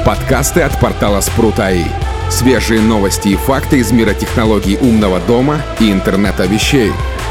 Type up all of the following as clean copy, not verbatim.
Подкасты от портала Sprut.ai. Свежие новости и факты из мира технологий умного дома и интернета вещей.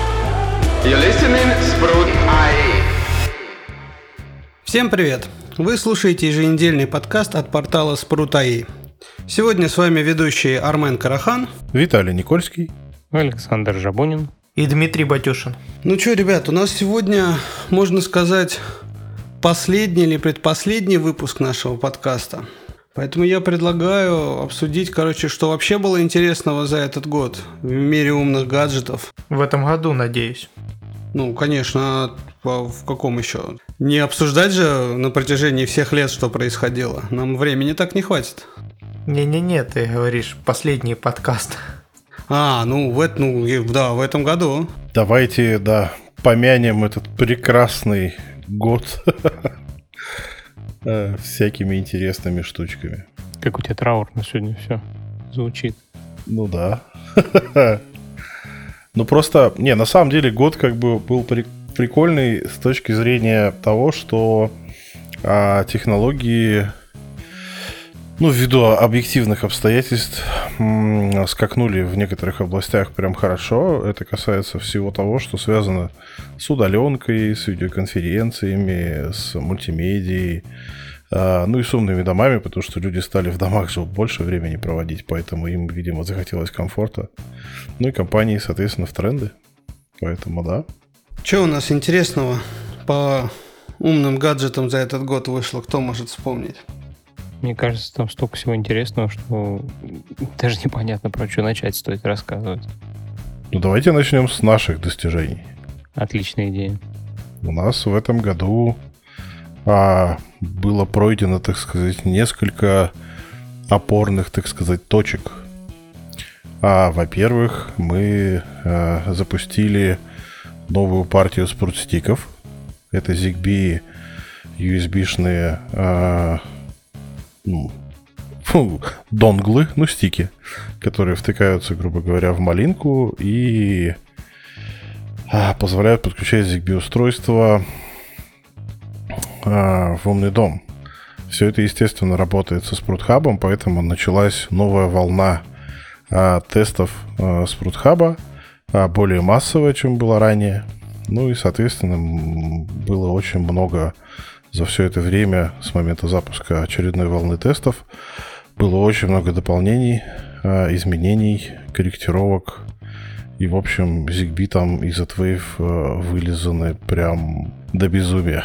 Всем привет! Вы слушаете еженедельный подкаст от портала Sprut.ai. Сегодня с вами ведущие Армен Карахан, Виталий Никольский, Александр Жабунин и Дмитрий Батюшин. Ну что, ребят, у нас сегодня, можно сказать, последний или предпоследний выпуск нашего подкаста. Поэтому я предлагаю обсудить, что вообще было интересного за этот год в мире умных гаджетов. В этом году, надеюсь. Ну, конечно, в каком еще? Не обсуждать же на протяжении всех лет, что происходило. Нам времени так не хватит. Не-не-не, ты говоришь, последний подкаст. В этом году. Давайте, помянем этот прекрасный год всякими интересными штучками. Как у тебя траурно сегодня все звучит. Ну да. Ну просто, на самом деле год был прикольный с точки зрения того, что технологии, ввиду объективных обстоятельств, скакнули в некоторых областях прям хорошо. Это касается всего того, что связано с удаленкой, с видеоконференциями, с мультимедией, и с умными домами, потому что люди стали в домах же больше времени проводить, поэтому им, видимо, захотелось комфорта. И компании, соответственно, в тренды. Поэтому, да. Что у нас интересного по умным гаджетам за этот год вышло? Кто может вспомнить? Мне кажется, там столько всего интересного, что даже непонятно, про что начать стоит рассказывать. Давайте начнем с наших достижений. Отличная идея. У нас в этом году было пройдено, так сказать, несколько опорных, так сказать, точек. Во-первых, мы запустили новую партию спрут-стиков. Это ZigBee USB-шные донглы, стики, которые втыкаются, грубо говоря, в малинку и позволяют подключать ZigBee устройство в умный дом. Все это, естественно, работает со Sprut Hub, поэтому началась новая волна тестов Sprut Hub, более массовая, чем было ранее. И, соответственно, было очень много за все это время, с момента запуска очередной волны тестов, было очень много дополнений, изменений, корректировок. И, в общем, ZigBee там и Z-Wave вылизаны прям до безумия.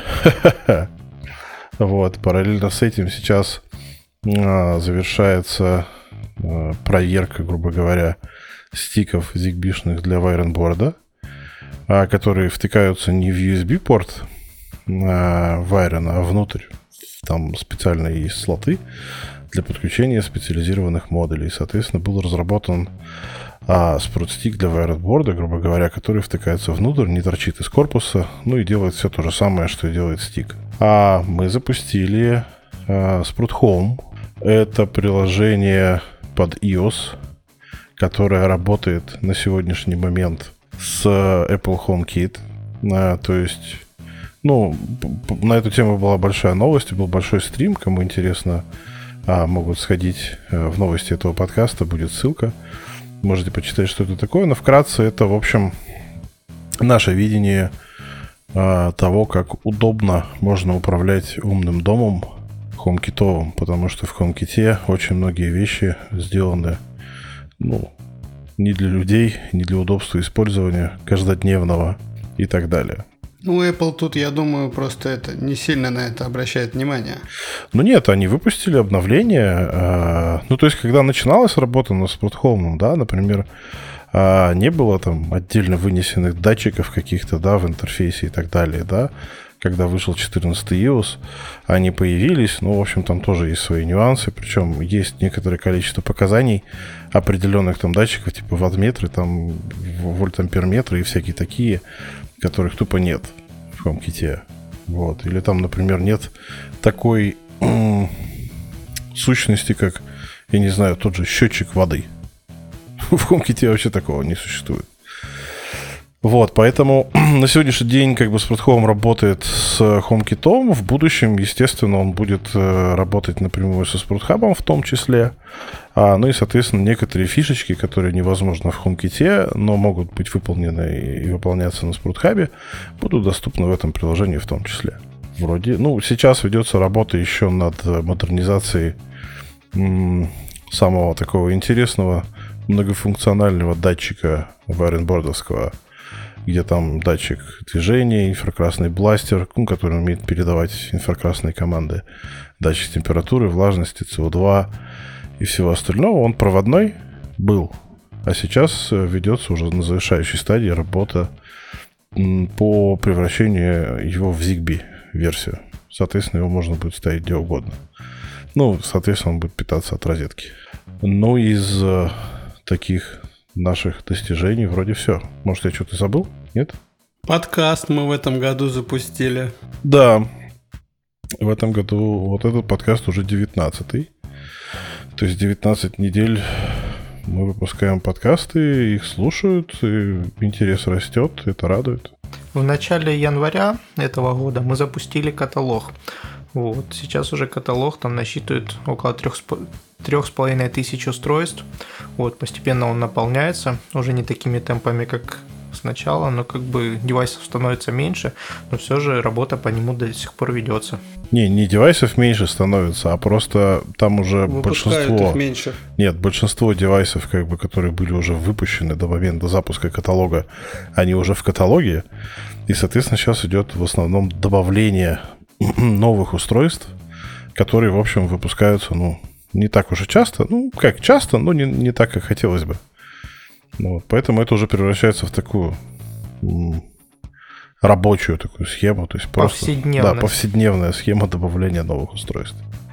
Параллельно с этим сейчас завершается проверка, грубо говоря, стиков ZigBee-шных для Wirenboard, которые втыкаются не в USB-порт Wiren, а внутрь. Там специально есть слоты для подключения специализированных модулей. Соответственно, был разработан Sprut-стик для Wirenboard, грубо говоря, который втыкается внутрь, не торчит из корпуса, и делает все то же самое, что и делает стик. Мы запустили Sprut Home. Это приложение под iOS, которое работает на сегодняшний момент с Apple HomeKit. То есть, на эту тему была большая новость, был большой стрим. Кому интересно, могут сходить в новости этого подкаста, будет ссылка. Можете почитать, что это такое. Но вкратце это, в общем, наше видение того, как удобно можно управлять умным домом HomeKit'овым, потому что в HomeKit'е очень многие вещи сделаны, не для людей, не для удобства использования каждодневного и так далее. Apple тут, я думаю, просто не сильно на это обращает внимание. Нет, они выпустили обновление. То есть, когда начиналась работа над Sprut Home, например, не было там отдельно вынесенных датчиков каких-то, в интерфейсе и так далее, Когда вышел 14 iOS, они появились, в общем, там тоже есть свои нюансы, причем есть некоторое количество показаний определенных там датчиков, типа ваттметры, там вольтамперметры и всякие такие, которых тупо нет в HomeKit'е. Или там, например, нет такой сущности, как, я не знаю, тот же счетчик воды. В HomeKit'е вообще такого не существует. Вот, поэтому на сегодняшний день как бы SprutHome работает с HomeKit. В будущем, естественно, он будет работать напрямую со SprutHub в том числе. Ну и, соответственно, некоторые фишечки, которые невозможно в HomeKit, но могут быть выполнены и выполняться на SprutHub, будут доступны в этом приложении в том числе. Вроде, сейчас ведется работа еще над модернизацией самого такого интересного многофункционального датчика вайренбордовского, где там датчик движения, инфракрасный бластер, который умеет передавать инфракрасные команды, датчик температуры, влажности, СО2 и всего остального. Он проводной был, а сейчас ведется уже на завершающей стадии работа по превращению его в ZigBee версию. Соответственно, его можно будет ставить где угодно. Соответственно, он будет питаться от розетки. Из таких наших достижений вроде все. Может, я что-то забыл? Нет? Подкаст мы в этом году запустили. Да. В этом году вот этот подкаст уже 19-й. То есть 19 недель мы выпускаем подкасты, их слушают, и интерес растет, это радует. В начале января этого года мы запустили каталог. Сейчас уже каталог там насчитывает около 3500 устройств. Постепенно он наполняется, уже не такими темпами, как сначала, но девайсов становится меньше, но все же работа по нему до сих пор ведется. Не девайсов меньше становится, а просто там уже выпускают большинство... их меньше. Нет, большинство девайсов, которые были уже выпущены до момента запуска каталога, они уже в каталоге, и, соответственно, сейчас идет в основном добавление новых устройств, которые, в общем, выпускаются, не так уж и часто. Как часто, но не так, как хотелось бы. Поэтому это уже превращается в такую рабочую такую схему. То есть просто повседневная схема добавления новых устройств.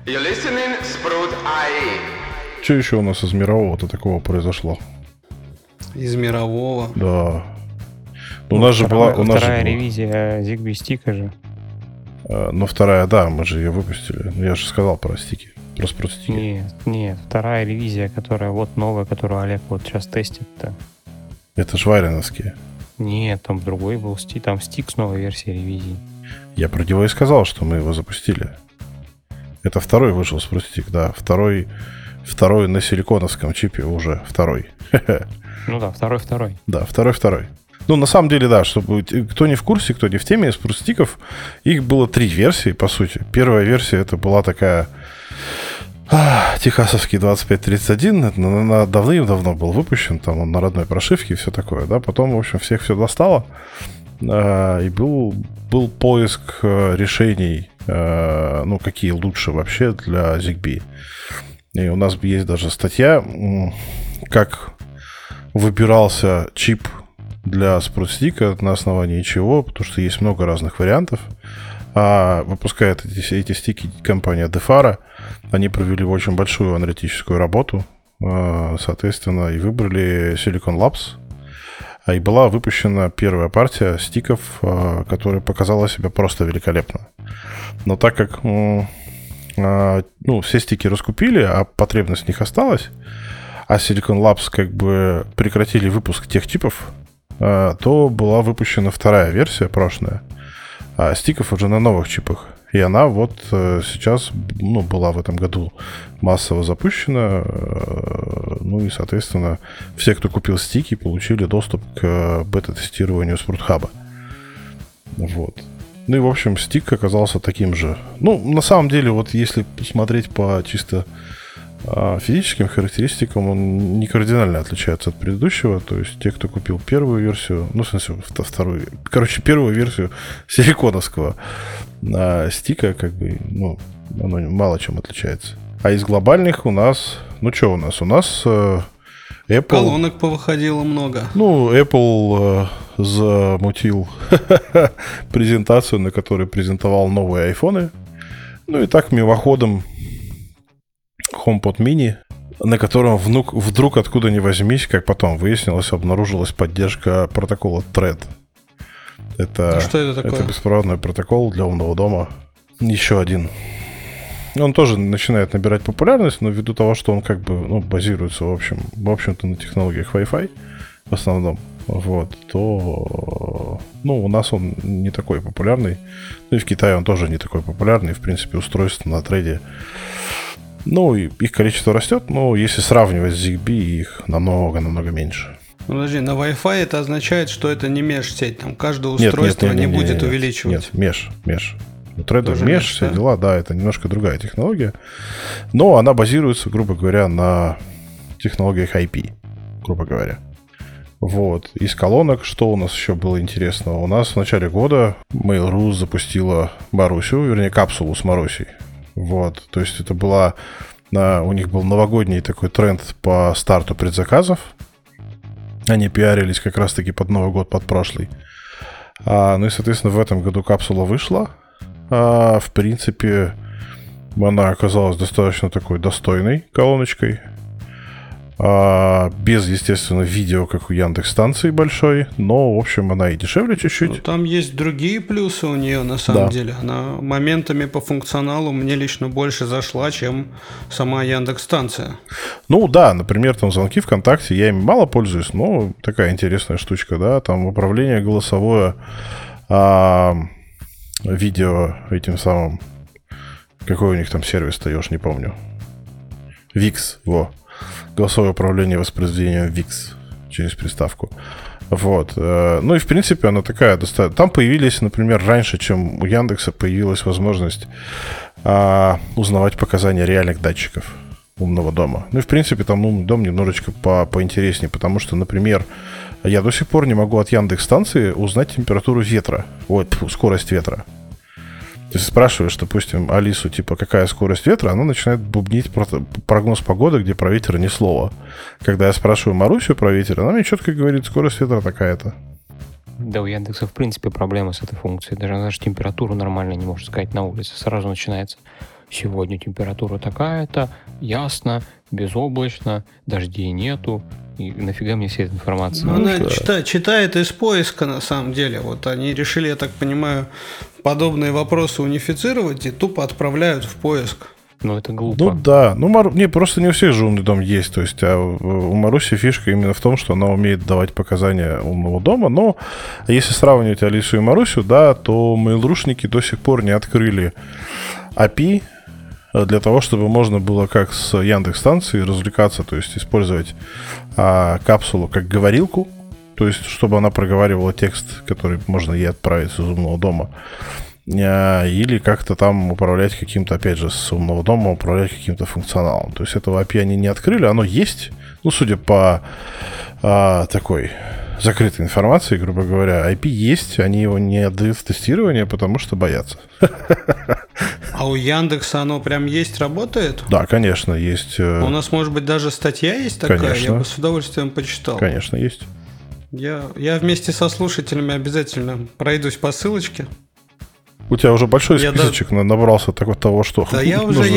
Что еще у нас из мирового-то такого произошло? Из мирового? Да. У нас же была... Вторая ревизия ZigBee стика же. Вторая, да, мы же ее выпустили. Я же сказал про стики. Про спрут-стики. Нет, вторая ревизия, которая новая, которую Олег сейчас тестит-то. Это ж вайреновские. Нет, там другой был стик, там стик с новой версией ревизии. Я про него и сказал, что мы его запустили. Это второй вышел спрут-стик, да. Второй на силиконовском чипе уже. Второй. Второй. Да, второй. На самом деле, да, чтобы кто не в курсе, кто не в теме спрут-стиков, их было 3 версии, по сути. Первая версия, это была такая техасовский 2531, это давным-давно был выпущен, там он на родной прошивке и все такое, да. Потом, в общем, всех все достало, и был поиск решений, какие лучше вообще для ZigBee. И у нас есть даже статья, как выбирался чип для спрут-стика, на основании чего, потому что есть много разных вариантов. Выпускает эти стики компания Defara. Они провели очень большую аналитическую работу, соответственно, и выбрали Silicon Labs. И была выпущена первая партия стиков, которая показала себя просто великолепно. Но так как все стики раскупили, а потребность в них осталась, а Silicon Labs прекратили выпуск тех чипов, то была выпущена вторая версия, прошлая, стиков уже на новых чипах. И она сейчас, была в этом году массово запущена. И, соответственно, все, кто купил стики, получили доступ к бета-тестированию SprutHub. И, в общем, стик оказался таким же. На самом деле, если посмотреть по чисто физическим характеристикам, он не кардинально отличается от предыдущего. То есть те, кто купил первую версию, в смысле, вторую, первую версию силиконовского стика, оно мало чем отличается. А из глобальных у нас, что у нас? У нас Apple... Колонок повыходило много. Apple замутил презентацию, на которой презентовал новые айфоны. И так мимоходом HomePod mini, на котором вдруг откуда ни возьмись, как потом выяснилось, обнаружилась поддержка протокола Thread. Что это такое? Это беспроводной протокол для умного дома. Еще один. Он тоже начинает набирать популярность, но ввиду того, что он базируется, в общем-то, на технологиях Wi-Fi в основном. вот, то, ну, у нас он не такой популярный. Ну, и в Китае он тоже не такой популярный. В принципе, устройства на трейде, ну, их количество растет, но если сравнивать с ZigBee, их намного-намного меньше. Подожди, на Wi-Fi это означает, что это не межсеть, там каждое устройство не будет увеличивать. Нет, меж. У Thread меж, все да? дела, да, это немножко другая технология. Но она базируется, грубо говоря, на технологиях IP, грубо говоря. Вот. Из колонок, что у нас еще было интересного? У нас в начале года Mail.ru запустила Марусю, вернее, капсулу с Марусей. Вот. То есть это была... У них был новогодний такой тренд по старту предзаказов. Они пиарились как раз-таки под Новый год, под прошлый. Ну и, соответственно, в этом году капсула вышла. В принципе, она оказалась достаточно такой достойной колоночкой. Без, естественно, видео, как у Яндекс.Станции большой. Но, в общем, она и дешевле чуть-чуть. Ну, там есть другие плюсы у нее, на самом деле. Она моментами по функционалу мне лично больше зашла, чем сама Яндекс.Станция. Ну да, например, там звонки ВКонтакте, я ими мало пользуюсь, но такая интересная штучка, да. Там управление голосовое, видео этим самым... Какой у них там сервис-то, я уж не помню. Wix, во. Голосовое управление воспроизведением Wix через приставку. Вот. Ну и, в принципе, она такая достаточно... Там появились, например, раньше, чем у Яндекса появилась возможность узнавать показания реальных датчиков умного дома. Ну и, в принципе, там умный дом немножечко поинтереснее, потому что, например, я до сих пор не могу от Яндекс.Станции узнать температуру ветра. Скорость ветра. То есть спрашиваешь, допустим, Алису, типа, какая скорость ветра, она начинает бубнить прогноз погоды, где про ветер ни слова. Когда я спрашиваю Марусю про ветер, она мне четко говорит, скорость ветра такая-то. Да, у Яндекса, в принципе, проблема с этой функцией. Даже температуру нормально не может сказать на улице. Сразу начинается: сегодня температура такая-то, ясно, безоблачно, дождей нету. И нафига мне вся эта информация? Ну, она читает из поиска, на самом деле. Вот они решили, я так понимаю, подобные вопросы унифицировать и тупо отправляют в поиск. Ну, это глупо. Ну, да. Просто не у всех же умный дом есть. То есть, у Маруси фишка именно в том, что она умеет давать показания умного дома. Но если сравнивать Алису и Марусю, да, то Mail.ru-шники до сих пор не открыли API для того, чтобы можно было как с Яндекс.Станцией развлекаться, то есть использовать капсулу как говорилку, то есть чтобы она проговаривала текст, который можно ей отправить из умного дома, или как-то там управлять каким-то, опять же, с умного дома управлять каким-то функционалом. То есть этого API они не открыли, оно есть, ну, судя по такой закрытой информации, грубо говоря, IP есть, они его не отдают в тестирование, потому что боятся. А у Яндекса оно прям есть, работает? Да, конечно, есть. У нас, может быть, даже статья есть такая? Конечно. Я бы с удовольствием почитал. Конечно, есть. Я вместе со слушателями обязательно пройдусь по ссылочке. У тебя уже большой списочек набрался того, что да,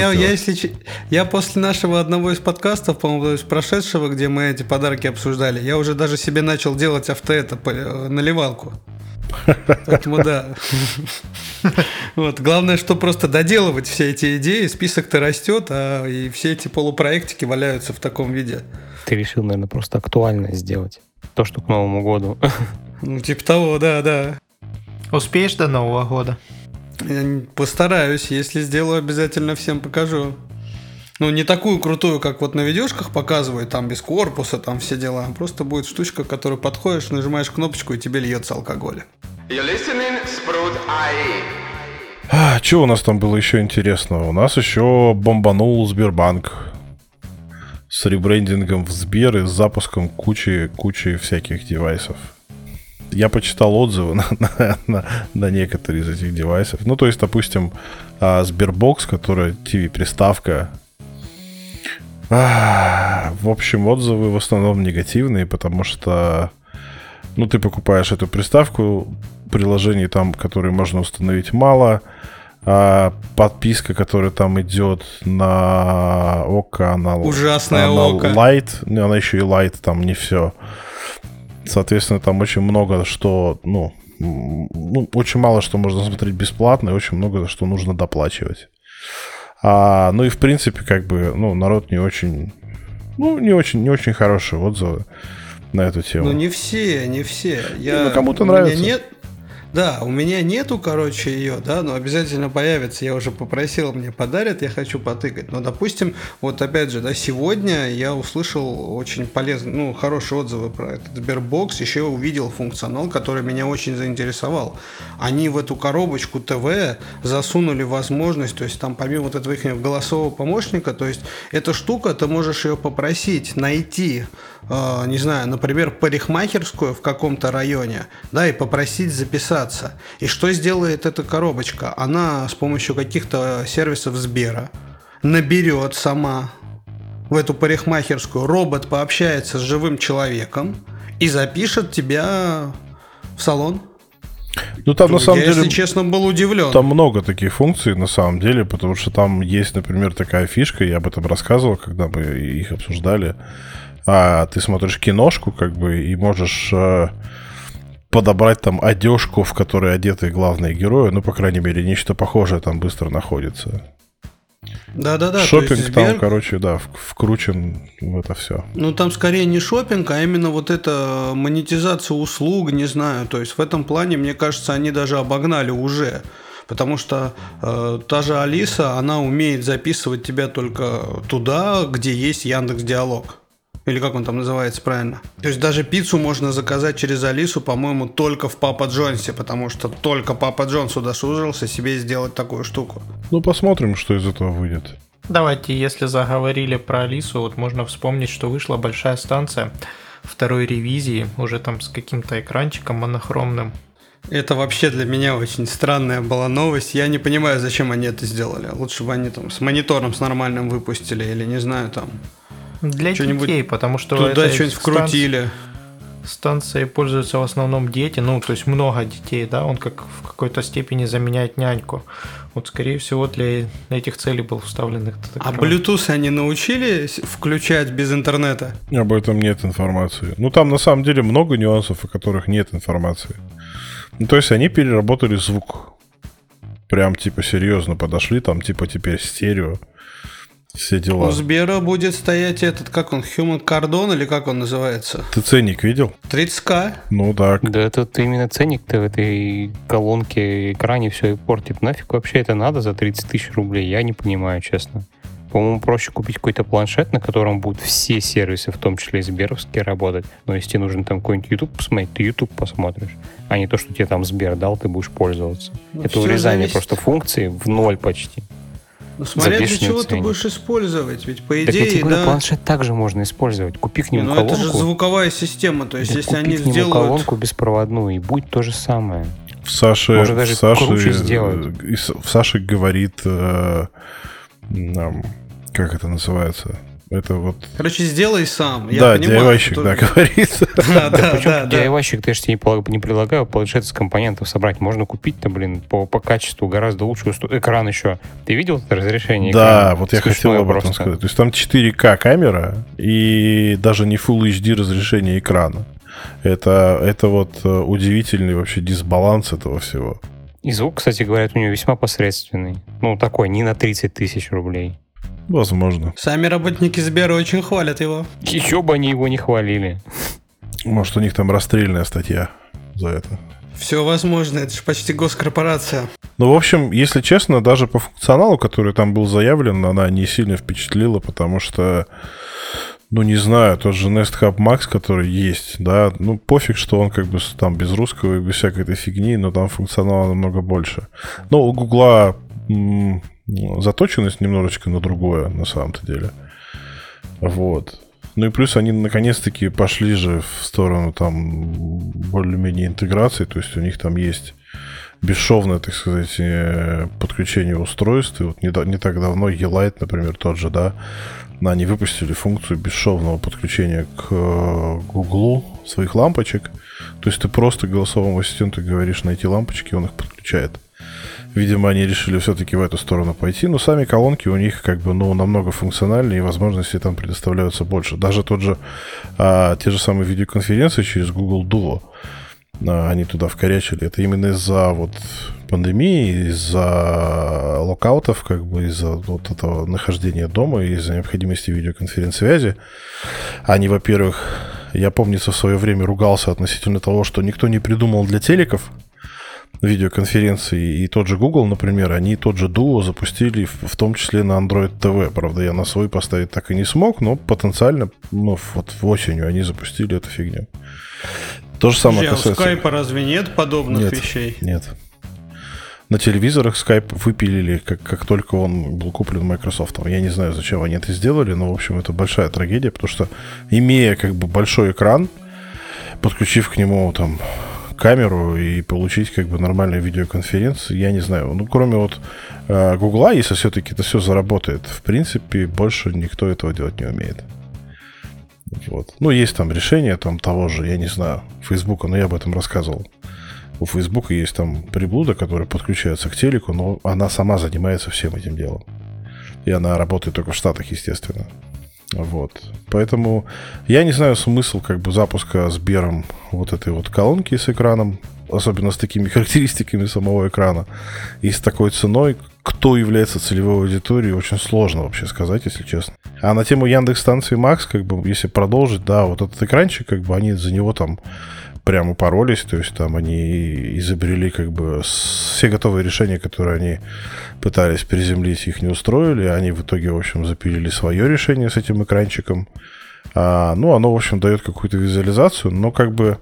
я после нашего одного из подкастов, по-моему, из прошедшего, где мы эти подарки обсуждали, я уже даже себе начал делать наливалку. Поэтому да. Вот. Главное, что просто доделывать все эти идеи, список-то растет, и все эти полупроектики валяются в таком виде. Ты решил, наверное, просто актуально сделать то, что к Новому году. Ну, типа того, да. Успеешь до Нового года? Я постараюсь, если сделаю, обязательно всем покажу. Ну, не такую крутую, как вот на видюшках показывают, там без корпуса, там все дела. Просто будет штучка, к которой подходишь, нажимаешь кнопочку, и тебе льется алкоголь. Что у нас там было еще интересного? У нас еще бомбанул Сбербанк с ребрендингом в Сбер и с запуском кучи всяких девайсов. Я почитал отзывы на некоторые из этих девайсов. Ну, то есть, допустим, Sberbox, которая TV-приставка. В общем, отзывы в основном негативные, потому что, ну, ты покупаешь эту приставку, приложений там, которые можно установить, мало. Подписка, которая там идет на ОКО, ужасная ОКО. Light, она еще и Light, там не все. Соответственно, там очень много что, очень мало что можно смотреть бесплатно, и очень много что нужно доплачивать. Ну и в принципе, как бы, народ не очень хорошие отзывы. на эту тему. Ну, не все. Ну, кому-то нравится. У меня нету, ее, да, но обязательно появится. Я уже попросил, мне подарят, я хочу потыкать. Но, допустим, вот опять же, да, сегодня я услышал очень полезные, хорошие отзывы про этот Sberbox, еще увидел функционал, который меня очень заинтересовал. Они в эту коробочку ТВ засунули возможность, то есть там помимо вот этого их голосового помощника, то есть эта штука, ты можешь ее попросить найти, не знаю, например, парикмахерскую в каком-то районе, да, и попросить записаться. И что сделает эта коробочка? Она с помощью каких-то сервисов Сбера наберет сама в эту парикмахерскую, робот пообщается с живым человеком и запишет тебя в салон. Ну, там, на самом деле, если честно, был удивлен. Там много таких функций, на самом деле, потому что там есть, например, такая фишка, я об этом рассказывал, когда мы их обсуждали. Ты смотришь киношку, и можешь подобрать там одежку, в которой одеты главные герои, по крайней мере, нечто похожее там быстро находится. Да. Шопинг там, вкручен в это все. Ну, там скорее не шопинг, а именно вот эта монетизация услуг, не знаю. То есть в этом плане, мне кажется, они даже обогнали уже. Потому что та же Алиса, она умеет записывать тебя только туда, где есть Яндекс.Диалог. Или как он там называется правильно. То есть даже пиццу можно заказать через Алису, по-моему, только в Папа Джонсе, потому что только Папа Джонс удосужился себе сделать такую штуку. Ну, посмотрим, что из этого выйдет. Давайте, если заговорили про Алису, вот можно вспомнить, что вышла большая станция второй ревизии, уже там с каким-то экранчиком монохромным. Это вообще для меня очень странная была новость. Я не понимаю, зачем они это сделали. Лучше бы они там с монитором с нормальным выпустили, или не знаю, там... Для детей, потому что туда что-нибудь вкрутили. Станцией пользуются в основном дети, то есть много детей, да, он как в какой-то степени заменяет няньку. Вот, скорее всего, для этих целей был вставлен этот экран. А Bluetooth они научились включать без интернета? Об этом нет информации. Там на самом деле много нюансов, о которых нет информации. То есть они переработали звук. Прям серьезно подошли, там теперь стерео. Все дела. У Сбера будет стоять как он, Human Cardon, или как он называется? Ты ценник видел? 30к. Ну так. Да этот именно ценник-то в этой колонке, экране все и портит. Нафиг вообще это надо за 30 тысяч рублей? Я не понимаю, честно. По-моему, проще купить какой-то планшет, на котором будут все сервисы, в том числе и сберовские, работать. Но если тебе нужно там какой-нибудь YouTube посмотреть, ты YouTube посмотришь. А не то, что тебе там Сбер дал, ты будешь пользоваться. Это урезание просто функций в ноль почти. Ну, смотря для чего ты будешь использовать, ведь по идее, так я тебе говорю, планшет также можно использовать. Купи к нему колонку. Это же звуковая система, то есть если они сделают... Купи к нему колонку беспроводную, и будет то же самое. В Саше говорит, как это называется? Это вот... Короче, сделай сам. Я понимаю, DIY-щик, говорит. Причем DIY-щик, я же тебе не предлагаю планшет из компонентов собрать. Можно купить-то, по качеству гораздо лучше. Экран еще. Ты видел это разрешение экрана? Да, вот я хотел об этом сказать. То есть там 4К камера и даже не Full HD разрешение экрана. Это вот удивительный вообще дисбаланс этого всего. И звук, кстати, говорят, у него весьма посредственный. Такой, не на 30 тысяч рублей. Возможно. Сами работники Сбера очень хвалят его. Еще бы они его не хвалили. Может, у них там расстрельная статья за это. Все возможно, это же почти госкорпорация. В общем, если честно, даже по функционалу, который там был заявлен, она не сильно впечатлила, потому что, не знаю, тот же Nest Hub Max, который есть, да, пофиг, что он там без русского и без всякой этой фигни, но там функционала намного больше. Но у Гугла... заточенность немножечко на другое, на самом-то деле. Вот. И плюс они наконец-таки пошли же в сторону там более-менее интеграции, то есть у них там есть бесшовное, так сказать, подключение устройств. И вот не так давно Elight, например, тот же, да, они выпустили функцию бесшовного подключения к Гуглу своих лампочек. То есть ты просто голосовому ассистенту говоришь найти лампочки, он их подключает. Видимо, они решили все-таки в эту сторону пойти, но сами колонки у них намного функциональнее, и возможностей там предоставляются больше. Даже те же самые видеоконференции через Google Duo, они туда вкорячили. Это именно из-за пандемии, из-за локаутов, из-за этого нахождения дома, из-за необходимости видеоконференц-связи. Они, во-первых, Я, помнится, в свое время ругался относительно того, что никто не придумал для телеков видеоконференции, и тот же Google, например, они тот же Duo запустили в том числе на Android TV. Правда, я на свой поставить так и не смог, но потенциально, вот осенью они запустили эту фигню. То же самое касается... у Skype разве нет подобных вещей? Нет. На телевизорах Skype выпилили, как только он был куплен Microsoft. Я не знаю, зачем они это сделали, но, в общем, это большая трагедия, потому что, имея как бы большой экран, подключив к нему там камеру и получить как бы нормальную видеоконференцию, я не знаю. Ну, кроме вот Гугла, если все-таки это все заработает, в принципе, больше никто этого делать не умеет. Вот. Ну, есть там решение там того же, я не знаю, Фейсбука, но я об этом рассказывал. У Фейсбука есть там приблуда, которая подключается к телеку, но она сама занимается всем этим делом. И она работает только в Штатах, естественно. Вот. Поэтому я не знаю смысл как бы запуска Сбером вот этой вот колонки с экраном, особенно с такими характеристиками самого экрана, и с такой ценой. Кто является целевой аудиторией, очень сложно вообще сказать, если честно. А на тему Яндекс.Станции Макс, как бы, если продолжить, да, вот этот экранчик, как бы, они за него там прямо упоролись, то есть там они изобрели как бы все готовые решения, которые они пытались приземлить, их не устроили, они в итоге, в общем, запилили свое решение с этим экранчиком. Ну, оно, в общем, дает какую-то визуализацию, но как бы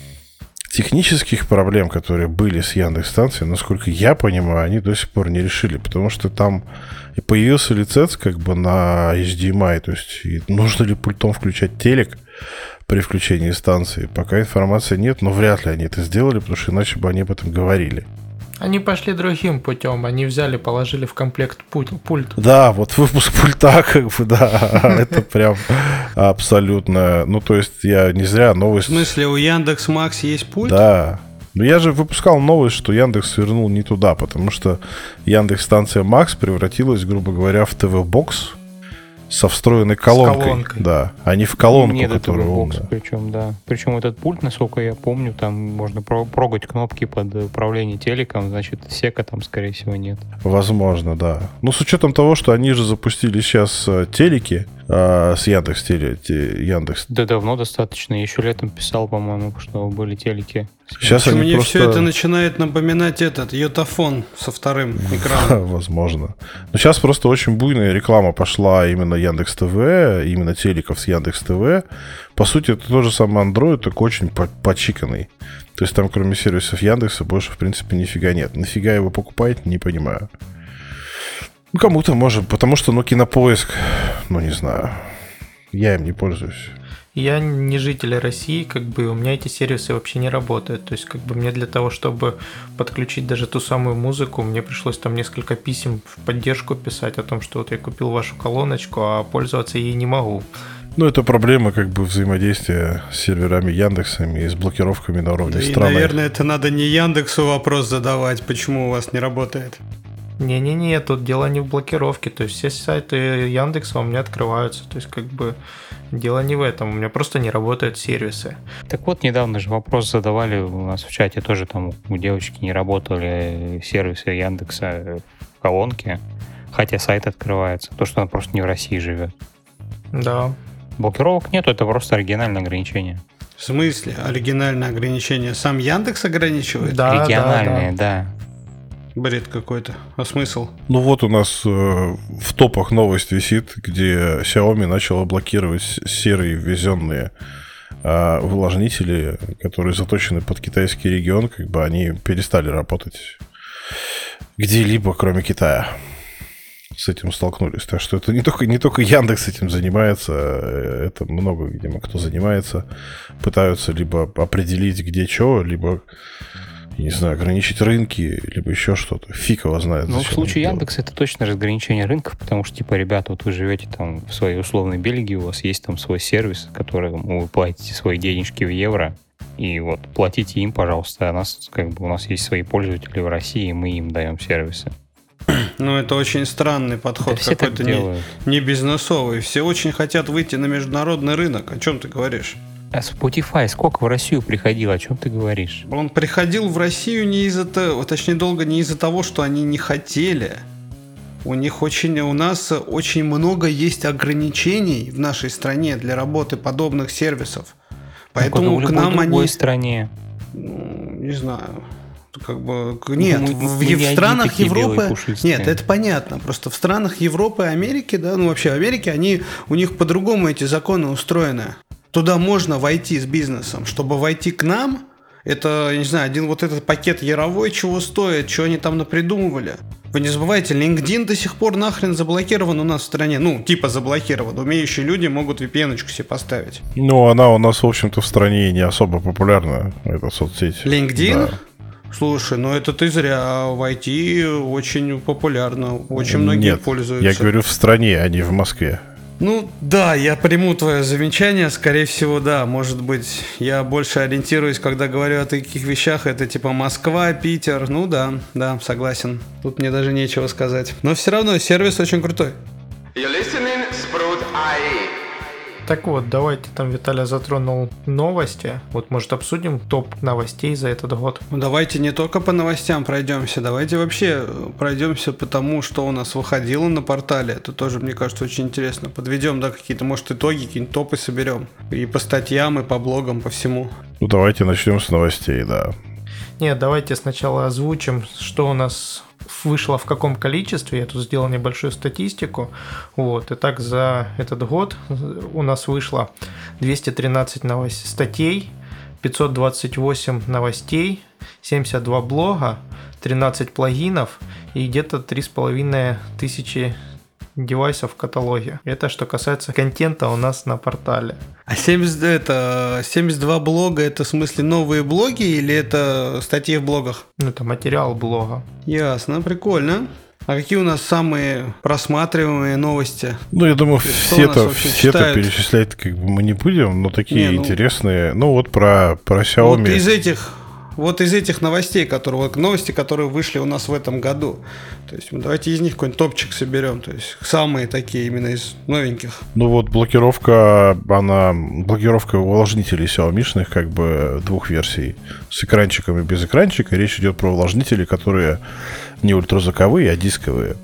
технических проблем, которые были с Яндекс.Станцией, насколько я понимаю, они до сих пор не решили, потому что там и появился лиценз как бы на HDMI, то есть нужно ли пультом включать телек при включении станции. Пока информации нет, но вряд ли они это сделали, потому что иначе бы они об этом говорили. Они пошли другим путем. Они взяли, положили в комплект пульт. Да, вот выпуск пульта, как бы, да, это прям абсолютно... Ну, то есть я не зря новость... В смысле, у Яндекс.Макс есть пульт? Да. Но я же выпускал новость, что Яндекс свернул не туда, потому что Яндекс.Станция Макс превратилась, грубо говоря, в ТВ-бокс со встроенной колонкой. Да, а не в колонку, нет, которая бокс, умная. причем, да. Причем этот пульт, насколько я помню, там можно прогать кнопки под управление телеком, значит, сека там, скорее всего, нет. Возможно, да. Ну, с учетом того, что они же запустили сейчас телеки с Яндекс. Да давно достаточно. Еще летом писал, по-моему, что были телеки. Сейчас они мне просто... все это начинает напоминать этот йотафон со вторым экраном. Возможно. Но сейчас просто очень буйная реклама пошла именно Яндекс ТВ, именно телеков с Яндекс ТВ. По сути, это тот же самый Android, только очень почиканный. То есть там, кроме сервисов Яндекса, больше, в принципе, нифига нет. Нафига его покупать, не понимаю. Ну, кому-то может, потому что, Кинопоиск, не знаю. Я им не пользуюсь. Я не житель России, как бы у меня эти сервисы вообще не работают. То есть, как бы мне для того, чтобы подключить даже ту самую музыку, мне пришлось там несколько писем в поддержку писать о том, что вот я купил вашу колоночку, а пользоваться ей не могу. Ну, это проблема как бы взаимодействия с серверами Яндексами и с блокировками на уровне страны. И, наверное, это надо не Яндексу вопрос задавать, почему у вас не работает. Не-не-не, тут дело не в блокировке. То есть все сайты Яндекса у меня открываются. То есть как бы дело не в этом. У меня просто не работают сервисы. Так вот, недавно же вопрос задавали у нас в чате. Тоже там у девочки не работали сервисы Яндекса в колонке. Хотя сайт открывается. То, что она просто не в России живет. Да. Блокировок нету, это просто оригинальное ограничение. В смысле оригинальное ограничение? Сам Яндекс ограничивает? Да, региональное, да. Бред какой-то. А смысл? Ну вот у нас в топах новость висит, где Xiaomi начала блокировать серые ввезенные увлажнители, которые заточены под китайский регион, как бы они перестали работать где-либо, кроме Китая. С этим столкнулись. Так что это не только Яндекс этим занимается, это много, видимо, кто занимается. Пытаются либо определить, где что, либо, не знаю, ограничить рынки, либо еще что-то. Фиг его знает. Ну, в случае Яндекса это точно разграничение рынков, потому что, ребята, вот вы живете там в своей условной Бельгии, у вас есть там свой сервис, который вы платите свои денежки в евро, и вот платите им, пожалуйста, у нас есть свои пользователи в России, и мы им даем сервисы. Ну, это очень странный подход, все какой-то не бизнесовый. Все очень хотят выйти на международный рынок. О чем ты говоришь? А Spotify сколько в Россию приходил? О чем ты говоришь? Он приходил в Россию не из-за того, точнее, долго не из-за того, что они не хотели. У нас очень много есть ограничений в нашей стране для работы подобных сервисов. Поэтому к нам в другой они... стране. Не знаю. Как бы... Нет, в странах Европы... Нет, это это понятно. Просто в странах Европы и Америки, да, ну вообще в Америке, у них по-другому эти законы устроены. Туда можно войти с бизнесом. Чтобы войти к нам, это, я не знаю, один вот этот пакет яровой чего стоит, что они там напридумывали. Вы не забывайте, LinkedIn до сих пор нахрен заблокирован у нас в стране. Ну, типа заблокирован. Умеющие люди могут VPN-очку себе поставить. Ну, она у нас, в общем-то, в стране не особо популярна, эта соцсеть. LinkedIn? Да. Слушай, ну это ты зря. В IT очень популярно. Очень многие пользуются. Я говорю в стране, а не в Москве. Ну да, я приму твое замечание, скорее всего, да, может быть, я больше ориентируюсь, когда говорю о таких вещах, это типа Москва, Питер, ну да, согласен, тут мне даже нечего сказать, но все равно сервис очень крутой. Так вот, давайте там Виталий затронул новости. Вот, может, обсудим топ новостей за этот год? Ну, давайте не только по новостям пройдемся, давайте вообще пройдемся по тому, что у нас выходило на портале. Это тоже, мне кажется, очень интересно. Подведем, да, какие-то, может, итоги, какие-нибудь топы соберем. И по статьям, и по блогам, по всему. Ну, давайте начнем с новостей, да. Нет, давайте сначала озвучим, что у нас вышло в каком количестве. Я тут сделал небольшую статистику. Вот. Итак, за этот год у нас вышло 213 статей, 528 новостей, 72 блога, 13 плагинов и где-то 3500 девайсов в каталоге. Это что касается контента у нас на портале. А 72 блога, это в смысле новые блоги или это статьи в блогах? Ну, это материал блога. Ясно, прикольно. А какие у нас самые просматриваемые новости? Ну, я думаю, все это перечислять как бы мы не будем, но такие интересные. Ну, вот про Xiaomi. Вот из этих новостей, новости, которые вышли у нас в этом году. То есть давайте из них какой-нибудь топчик соберем. То есть самые такие именно из новеньких. Ну вот блокировка увлажнителей Xiaomi-шных, как бы двух версий. С экранчиком и без экранчика. Речь идет про увлажнители, которые не ультразвуковые, а дисковые.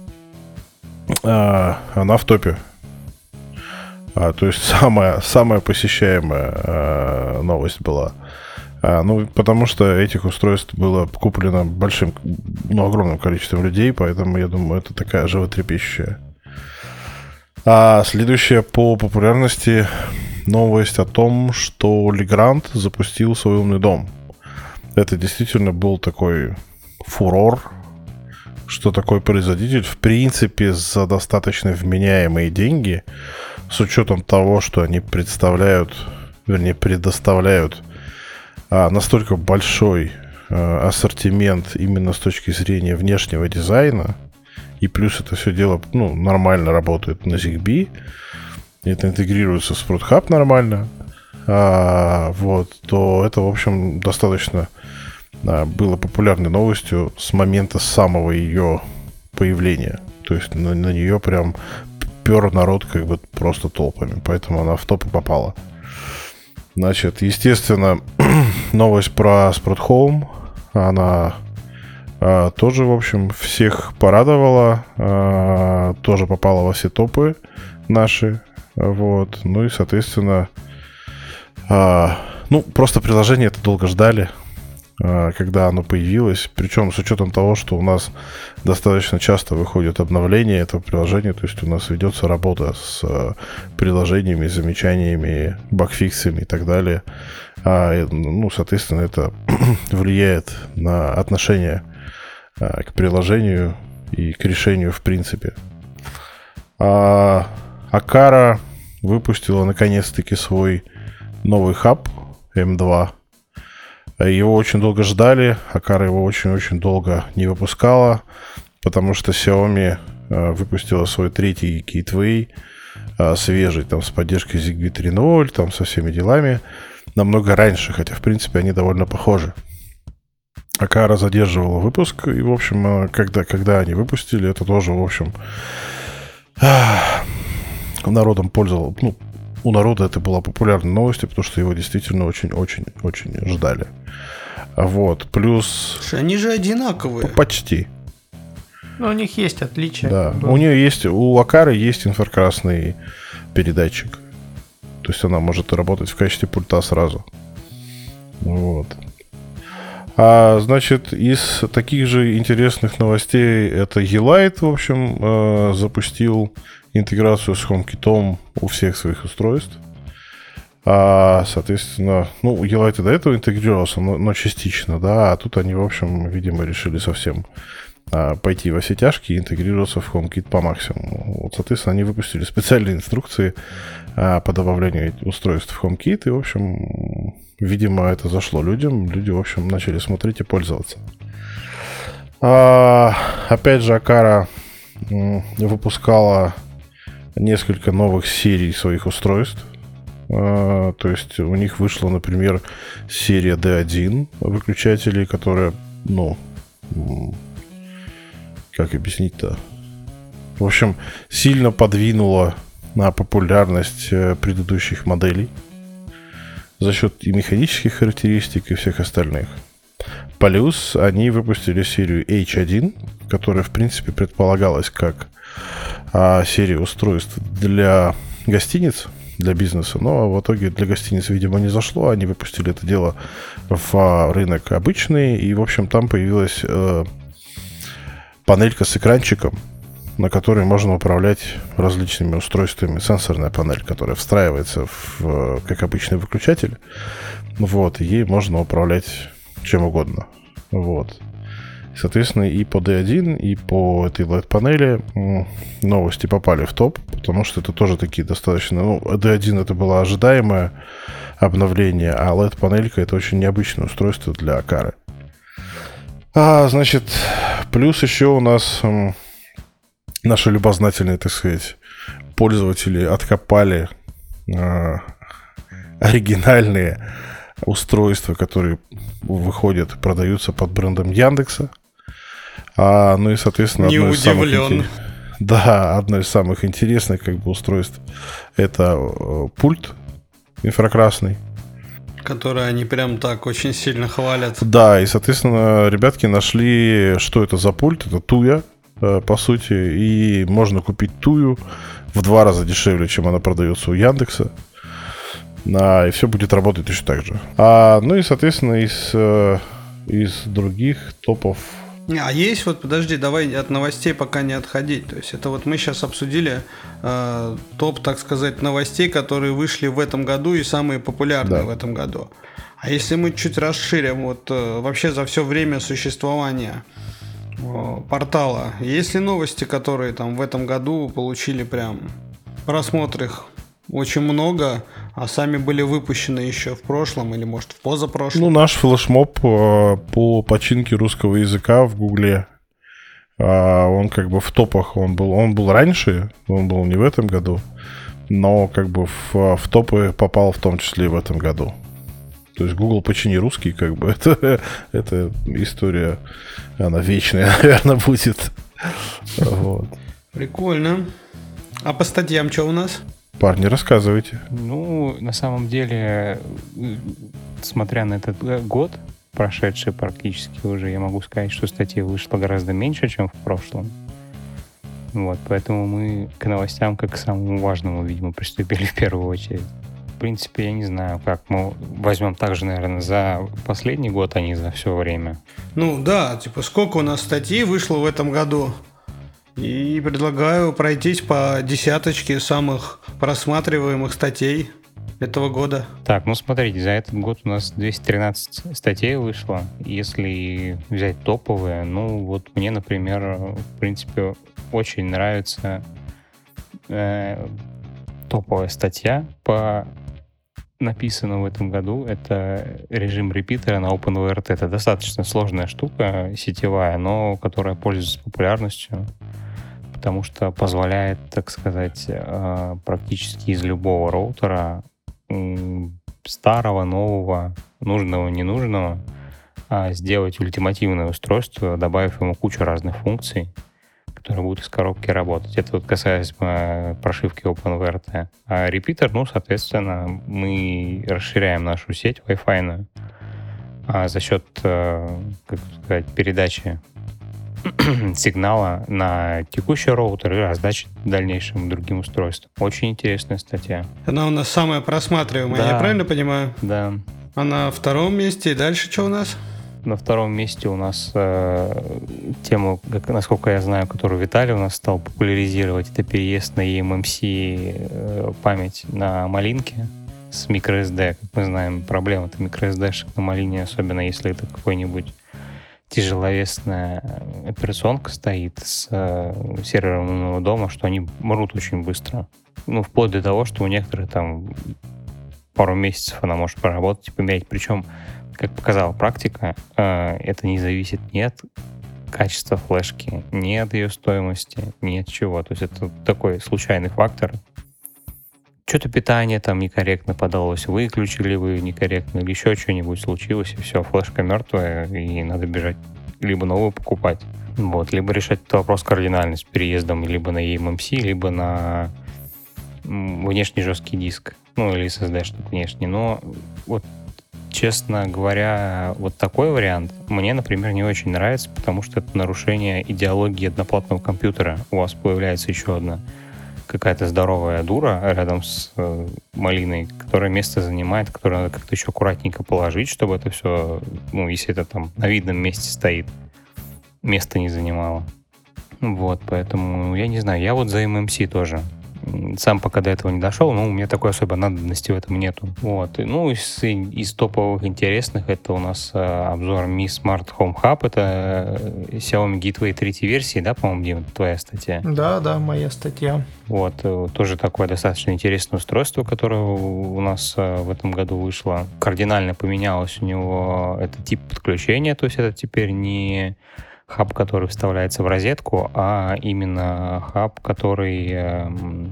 Она в топе. То есть самая посещаемая новость была. Потому что этих устройств было куплено огромным количеством людей, поэтому, я думаю, это такая животрепещущая. А следующая по популярности новость о том, что Legrand запустил свой умный дом. Это действительно был такой фурор, что такой производитель, в принципе, за достаточно вменяемые деньги, с учетом того, что они предоставляют настолько большой ассортимент именно с точки зрения внешнего дизайна, и плюс это все дело нормально работает на ZigBee, это интегрируется в Sprout Hub нормально, то это, в общем, достаточно было популярной новостью с момента самого ее появления. То есть на нее прям пер народ как бы просто толпами, поэтому она в топ и попала. Значит, естественно, новость про Sprout Home, она тоже, в общем, всех порадовала, тоже попала во все топы наши, вот, ну и, соответственно, просто приложение это долго ждали, когда оно появилось, причем с учетом того, что у нас достаточно часто выходят обновления этого приложения, то есть у нас ведется работа с приложениями, замечаниями, багфиксами и так далее. Соответственно, это влияет на отношение к приложению и к решению в принципе. Акара выпустила наконец-таки свой новый хаб M2. Его очень долго ждали, Акара его очень-очень долго не выпускала, потому что Xiaomi выпустила свой третий Gateway, свежий, там, с поддержкой ZigBee 3.0, там, со всеми делами, намного раньше, хотя, в принципе, они довольно похожи. Акара задерживала выпуск, и, в общем, когда они выпустили, это тоже, в общем, народом пользовалось, у народа это была популярной новостью, потому что его действительно очень-очень-очень ждали. Вот, плюс... Они же одинаковые. Почти. Но у них есть отличия. Да, у Акары есть инфракрасный передатчик. То есть она может работать в качестве пульта сразу. Вот. Значит, из таких же интересных новостей это Yeelight, в общем, запустил интеграцию с HomeKit у всех своих устройств. Соответственно, Yeelight и до этого интегрировался, но частично, да, а тут они, в общем, видимо, решили совсем пойти во все тяжкие и интегрироваться в HomeKit по максимуму. Вот, соответственно, они выпустили специальные инструкции по добавлению устройств в HomeKit, и, в общем, видимо, это зашло людям. Люди, в общем, начали смотреть и пользоваться. Опять же, Aqara выпускала несколько новых серий своих устройств. То есть у них вышла, например, серия D1 выключателей, которая, как объяснить-то? В общем, сильно подвинула на популярность предыдущих моделей за счет и механических характеристик, и всех остальных. Плюс они выпустили серию H1, которая, в принципе, предполагалась как серия устройств для гостиниц, для бизнеса, но в итоге для гостиниц, видимо, не зашло. Они выпустили это дело в рынок обычный, и, в общем, там появилась панелька с экранчиком, на которой можно управлять различными устройствами. Сенсорная панель, которая встраивается как обычный выключатель. Вот, и ей можно управлять чем угодно. Вот. Соответственно, и по D1, и по этой LED-панели новости попали в топ, потому что это тоже такие достаточно... D1 это было ожидаемое обновление, а LED-панелька это очень необычное устройство для Aqara. Значит, плюс еще у нас наши любознательные, так сказать, пользователи откопали оригинальные устройства, которые выходят и продаются под брендом Яндекса. И, соответственно, одно из самых интересных устройств это пульт инфракрасный, который они прям так очень сильно хвалят. Да, и, соответственно, ребятки нашли, что это за пульт. Это Tuya, по сути, и можно купить Tuya в 2 раза дешевле, чем она продается у Яндекса. И все будет работать точно так же. И, соответственно, из других топов... есть подожди, давай от новостей пока не отходить. То есть это мы сейчас обсудили топ, так сказать, новостей, которые вышли в этом году и самые популярные в этом году. А если мы чуть расширим, вообще за все время существования портала, есть ли новости, которые там в этом году получили прям просмотр их очень много, а сами были выпущены еще в прошлом или, может, в позапрошлом? Наш флешмоб по починке русского языка в Гугле, он в топах, он был раньше, он был не в этом году, но в топы попал в том числе и в этом году. То есть Google почини русский, это история, она вечная, наверное, будет. Вот. Прикольно. А по статьям что у нас? Парни, рассказывайте. На самом деле, смотря на этот год, прошедший практически уже, я могу сказать, что статей вышло гораздо меньше, чем в прошлом. Поэтому мы к новостям как к самому важному, видимо, приступили в первую очередь. В принципе, я не знаю, как мы возьмем также, наверное, за последний год, а не за все время. Сколько у нас статей вышло в этом году? И предлагаю пройтись по десяточке самых просматриваемых статей этого года. Так, смотрите, за этот год у нас 213 статей вышло. Если взять топовые, мне, например, в принципе, очень нравится топовая статья написана в этом году. Это режим репитера на OpenWrt. Это достаточно сложная штука, сетевая, но которая пользуется популярностью, потому что позволяет, так сказать, практически из любого роутера, старого, нового, нужного, ненужного, сделать ультимативное устройство, добавив ему кучу разных функций, которые будут из коробки работать. Это касается прошивки OpenWrt. А репитер, соответственно, мы расширяем нашу сеть Wi-Fi за счет, передачи сигнала на текущий роутер и раздачи дальнейшим другим устройствам. Очень интересная статья. Она у нас самая просматриваемая, я правильно понимаю? Да. А на втором месте и дальше что у нас? На втором месте у нас тему, насколько я знаю, которую Виталий у нас стал популяризировать, это переезд на eMMC память на малинке с microSD. Как мы знаем, проблема-то microSD-шек на малине, особенно если это какой-нибудь тяжеловесная операционка стоит с сервером умного дома, что они мрут очень быстро. Ну, вплоть до того, что у некоторых там пару месяцев она может проработать и помереть. Причем, как показала практика, это не зависит ни от качества флешки, ни от ее стоимости, ни от чего. То есть это такой случайный фактор. Что-то питание там некорректно подалось, выключили вы некорректно, или еще что-нибудь случилось, и все, флешка мертвая, и надо бежать либо новую покупать, вот, либо решать этот вопрос кардинально с переездом либо на eMMC, либо на внешний жесткий диск, ну, или SSD-шник внешний. Но вот, честно говоря, вот такой вариант мне, например, не очень нравится, потому что это нарушение идеологии одноплатного компьютера. У вас появляется еще одна какая-то здоровая дура рядом с малиной, которая место занимает, которое надо как-то еще аккуратненько положить, чтобы это все, ну, если это там на видном месте стоит, место не занимало. Вот, поэтому, я не знаю, я вот за eMMC тоже. Сам пока до этого не дошел, но у меня такой особой надобности в этом нету. Вот. Ну, из топовых интересных это у нас обзор Mi Smart Home Hub. Это Xiaomi Gateway 3 версии, да, по-моему, Дим, твоя статья? Да, моя статья. Вот. Тоже такое достаточно интересное устройство, которое у нас в этом году вышло. Кардинально поменялось у него это тип подключения, то есть это теперь не хаб, который вставляется в розетку, а именно хаб, который,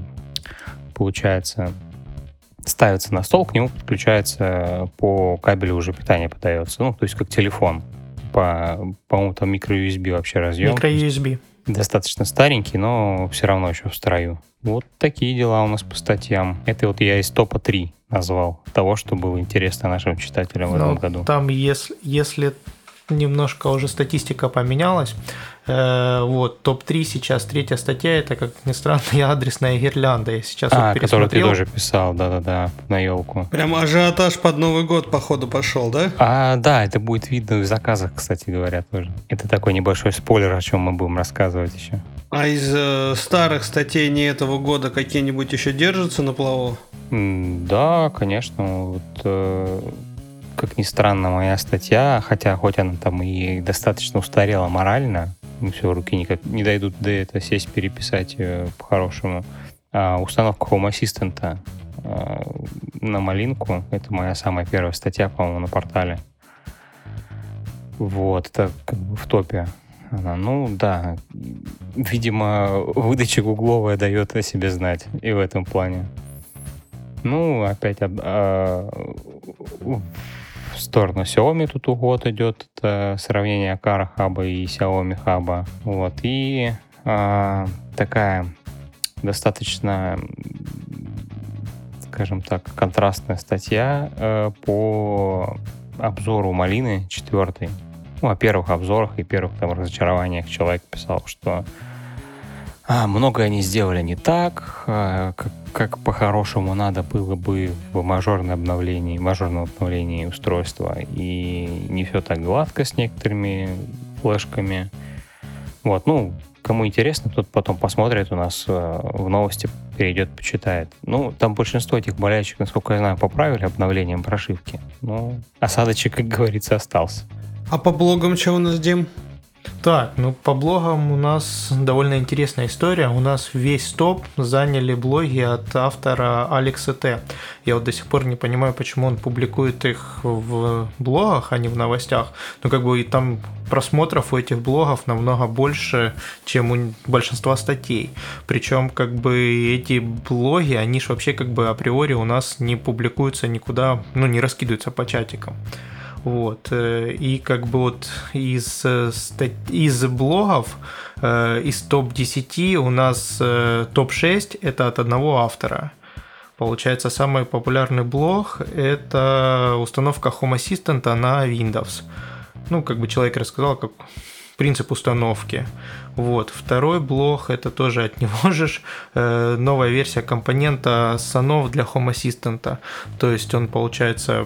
получается, ставится на стол, к нему подключается по кабелю уже питание подается. Ну, то есть как телефон. По-моему, там micro-USB вообще разъем. Micro-USB. Достаточно старенький, но все равно еще в строю. Вот такие дела у нас по статьям. Это вот я из топа 3 назвал того, что было интересно нашим читателям в этом году. Там, если немножко уже статистика поменялась. Вот, топ-3 сейчас, третья статья, это, как ни странно, адресная гирлянда. Я сейчас вот пересмотрел. Которую ты тоже писал, да, на елку. Прям ажиотаж под Новый год, походу, пошел, да? Да, это будет видно в заказах, кстати говоря, тоже. Это такой небольшой спойлер, о чем мы будем рассказывать еще. А из старых статей не этого года какие-нибудь еще держатся на плаву? Да, конечно. Вот, как ни странно, моя статья, хотя хоть она там и достаточно устарела морально, все, руки никак не дойдут до этого сесть, переписать по-хорошему. Установка Home Assistant на малинку, это моя самая первая статья, по-моему, на портале. Вот, это как бы в топе она. Ну, да, видимо, выдача гугловая дает о себе знать и в этом плане. Ну, опять в сторону Xiaomi тут уход идет. Это сравнение Akara хаба и Xiaomi хаба. Вот. И такая достаточно, скажем так, контрастная статья по обзору малины 4. Ну, о первых обзорах и первых там разочарованиях. Человек писал, что многое они сделали не так, как по-хорошему надо было бы в мажорном обновлении устройства. И не все так гладко с некоторыми флешками. Вот, ну, кому интересно, тот потом посмотрит у нас в новости, перейдет, почитает. Ну, там большинство этих болячек, насколько я знаю, поправили обновлением прошивки. Ну, осадочек, как говорится, остался. А по блогам что у нас, Дим? Так, ну по блогам у нас довольно интересная история. У нас весь топ заняли блоги от автора Алекса Т. Я вот до сих пор не понимаю, почему он публикует их в блогах, а не в новостях. Но как бы и там просмотров у этих блогов намного больше, чем у большинства статей. Причем как бы эти блоги, они же вообще как бы априори у нас не публикуются никуда, ну не раскидываются по чатикам. Вот. И как бы вот из блогов, из топ-10 у нас топ-6 это от одного автора. Получается, самый популярный блог – это установка Home Assistant на Windows. Ну, как бы человек рассказал, как принцип установки. Вот. Второй блог – это тоже от него же новая версия компонента Sonov для Home Assistant. То есть он, получается,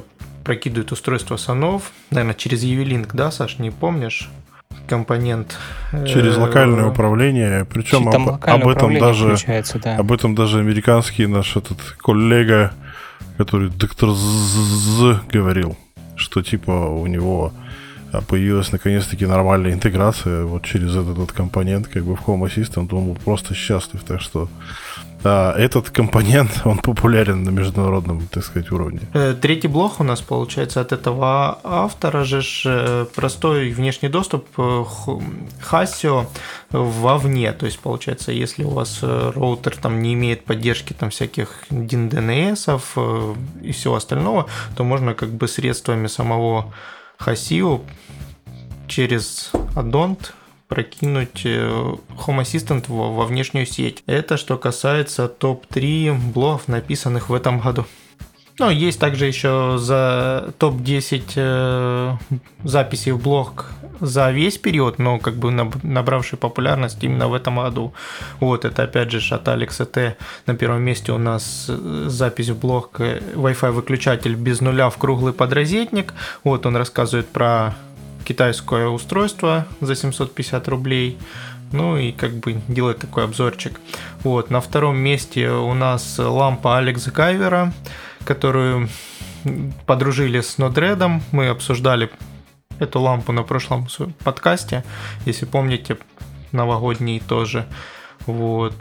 прокидывает устройство сонов, наверное, через EV-Link, да, Саш, не помнишь? Компонент. Через локальное управление. Причем об этом даже американский наш этот коллега, который доктор З говорил, что типа у него появилась наконец-таки нормальная интеграция вот через этот компонент как бы в Home Assistant, он был просто счастлив, так что этот компонент, он популярен на международном, так сказать, уровне. Третий блок у нас, получается, от этого автора же простой внешний доступ Hasio вовне. То есть, получается, если у вас роутер там не имеет поддержки там всяких DNS и всего остального, то можно как бы средствами самого Hasio через аддон прокинуть Home Assistant во внешнюю сеть. Это что касается топ-3 блогов, написанных в этом году. Ну, есть также еще за топ-10 записей в блог за весь период, но как бы набравший популярность именно в этом году. Вот, это опять же от Алекса Т. На первом месте у нас запись в блог Wi-Fi выключатель без нуля в круглый подрозетник. Вот, он рассказывает про китайское устройство за 750 рублей. Ну и как бы делает такой обзорчик. Вот, на втором месте у нас лампа Алекс Гайвера, которую подружили с Node-RED. Мы обсуждали эту лампу на прошлом подкасте, если помните, новогодний тоже. Вот.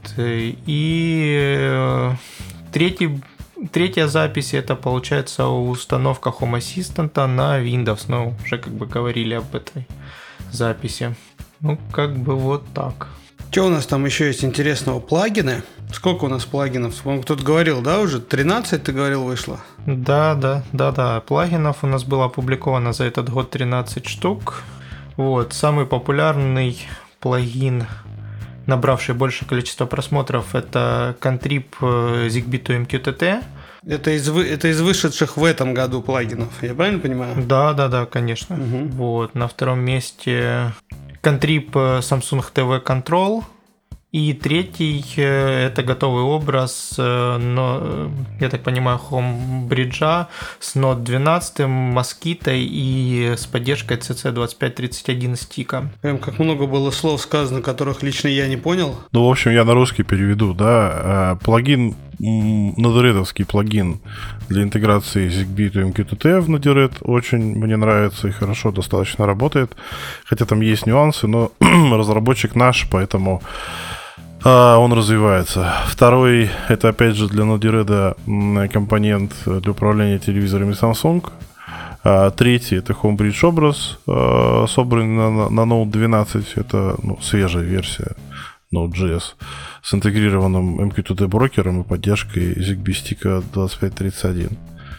И третья запись, это получается установка Home Assistant на Windows. Ну, уже как бы говорили об этой записи. Ну, как бы вот так. Что у нас там еще есть интересного? Плагины? Сколько у нас плагинов? По-моему, кто-то говорил, да, уже? 13, ты говорил, вышло? Да. Плагинов у нас было опубликовано за этот год 13 штук. Вот. Самый популярный плагин, набравший большее количество просмотров, это Contrib Zigbee to MQTT. Это из вышедших в этом году плагинов, я правильно понимаю? Да, конечно. Угу. Вот. На втором месте Contrib Samsung TV Control. И третий – это готовый образ, но, я так понимаю, Homebridge с Note 12, Mosquito и с поддержкой CC2531 стика. Прям как много было слов сказано, которых лично я не понял. Ну, в общем, я на русский переведу, да. Плагин, Node-RED-овский плагин для интеграции Zigbee to MQTT в Node-RED очень мне нравится и хорошо достаточно работает. Хотя там есть нюансы, но разработчик наш, поэтому он развивается. Второй, это опять же для Node-RED компонент для управления телевизорами Samsung. Третий, это Homebridge образ, собранный на Note 12. Это свежая версия Node.js с интегрированным MQTT брокером и поддержкой Zigbee стика 2531.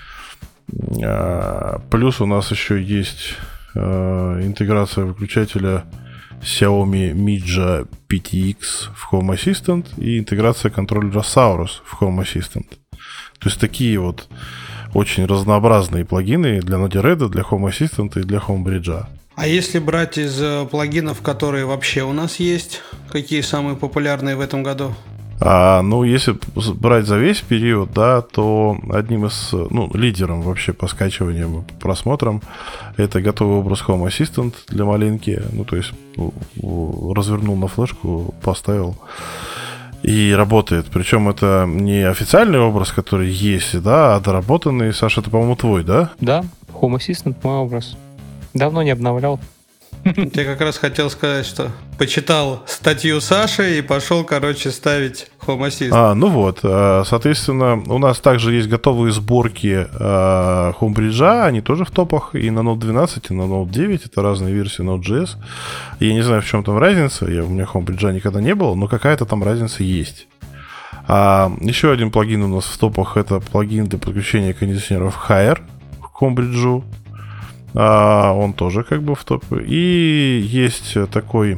Плюс у нас еще есть интеграция выключателя Xiaomi Mijia PTX в Home Assistant и интеграция контроллера Saurus в Home Assistant. То есть такие вот очень разнообразные плагины для Node-RED, для Home Assistant и для Homebridge. А если брать из плагинов, которые вообще у нас есть, какие самые популярные в этом году? Если брать за весь период, да, то одним из, лидером вообще по скачиваниям и просмотрам это готовый образ Home Assistant для малинки. То есть развернул на флешку, поставил и работает. Причем это не официальный образ, который есть, да, а доработанный. Саша, это, по-моему, твой, да? Да, Home Assistant мой образ. Давно не обновлял. Я как раз хотел сказать, что почитал статью Саши и пошел, ставить Home Assistant. Соответственно, у нас также есть готовые сборки Homebridge, они тоже в топах и на Note 12, и на Note 9, это разные версии Node.js. Я не знаю, в чем там разница, у меня Homebridge никогда не было, но какая-то там разница есть. Еще один плагин у нас в топах, это плагин для подключения кондиционеров Haier к Homebridge. Он тоже как бы в топе. И есть такой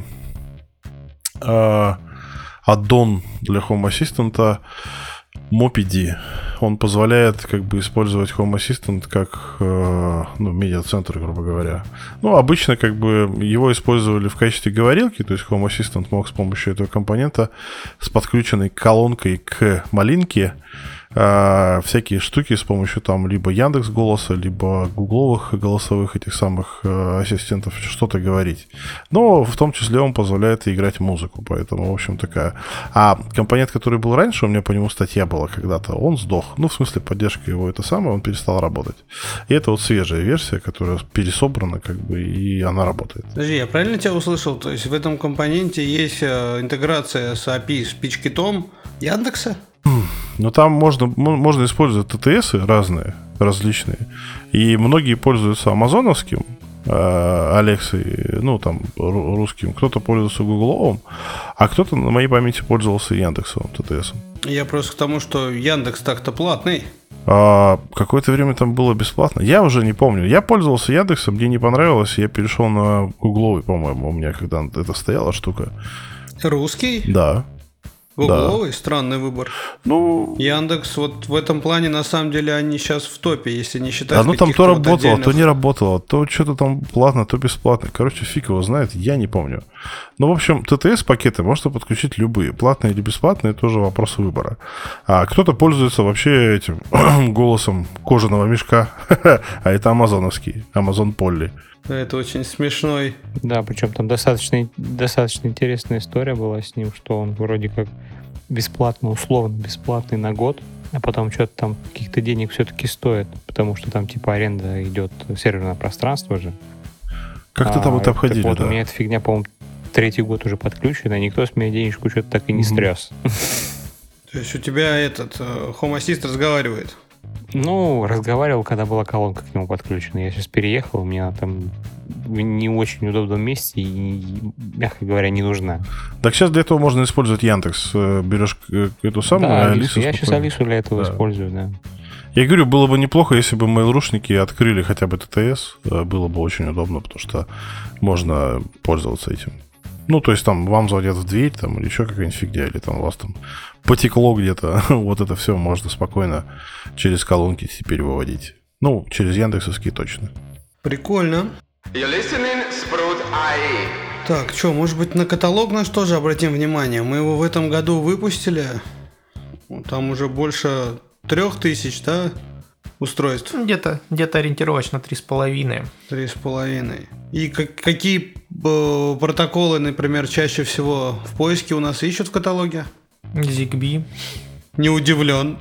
аддон для Home Assistant Mopedi. Он позволяет как бы использовать Home Assistant как медиацентр, грубо говоря. Обычно как бы его использовали в качестве говорилки, то есть Home Assistant мог с помощью этого компонента с подключенной колонкой к малинке всякие штуки с помощью там либо Яндекс.Голоса, либо гугловых голосовых этих самых ассистентов что-то говорить. Но в том числе он позволяет играть музыку, поэтому, в общем, такая. А компонент, который был раньше, у меня по нему статья была когда-то, он сдох. Ну, в смысле, поддержка его это самое, он перестал работать. И это вот свежая версия, которая пересобрана, как бы, и она работает. Подожди, я правильно тебя услышал? То есть в этом компоненте есть интеграция с API, с PitchKit'ом Яндекса? Но там можно использовать ТТСы разные, различные. И многие пользуются амазоновским, Алексой, ну, там, русским. Кто-то пользуется гугловым, а кто-то на моей памяти пользовался Яндексовым ТТСом. Я просто к тому, что Яндекс так-то платный. Какое-то время там было бесплатно. Я уже не помню. Я пользовался Яндексом, мне не понравилось, я перешел на гугловый, по-моему, у меня когда это стояла штука. Русский? Да. Гугловый? Да. Странный выбор. Ну, Яндекс вот в этом плане, на самом деле, они сейчас в топе, если не считать ну там то работало, отдельных... то не работало, то что-то там платно, то бесплатно. Короче, фиг его знает, я не помню. Ну, в общем, ТТС-пакеты можно подключить любые. Платные или бесплатные, тоже вопрос выбора. А кто-то пользуется вообще этим голосом кожаного мешка, а это амазоновский, Amazon Polly. Это очень смешной. Да, причем там достаточно интересная история была с ним, что он вроде как бесплатно, условно бесплатный на год, а потом что-то там каких-то денег все-таки стоит, потому что там типа аренда идет серверное пространство же. Как-то там это обходили, вот, да. У меня эта фигня, по-моему, 3-й год уже подключена, никто с меня денежку что-то так и не стряс. То есть у тебя этот Home Assist разговаривает? Ну, разговаривал, когда была колонка к нему подключена. Я сейчас переехал, у меня там в не очень удобном месте и, мягко говоря, не нужна. Так сейчас для этого можно использовать Яндекс. Берешь эту самую, да, Алису. Я сейчас Алису для этого использую, да. Я говорю, было бы неплохо, если бы Mail.ru-шники открыли хотя бы ТТС. Было бы очень удобно, потому что можно пользоваться этим. Ну, то есть там вам звонят в дверь, там, или еще какая-нибудь фигня, или там у вас там потекло где-то. Вот это все можно спокойно через колонки теперь выводить. Ну, через яндексовские точно. Прикольно. Так, что, может быть, на каталог наш тоже обратим внимание? Мы его в этом году выпустили. Там уже больше 3000, да, устройств? Где-то ориентировочно 3,5. 3,5. И какие протоколы, например, чаще всего в поиске у нас ищут в каталоге? ZigBee. Не удивлен.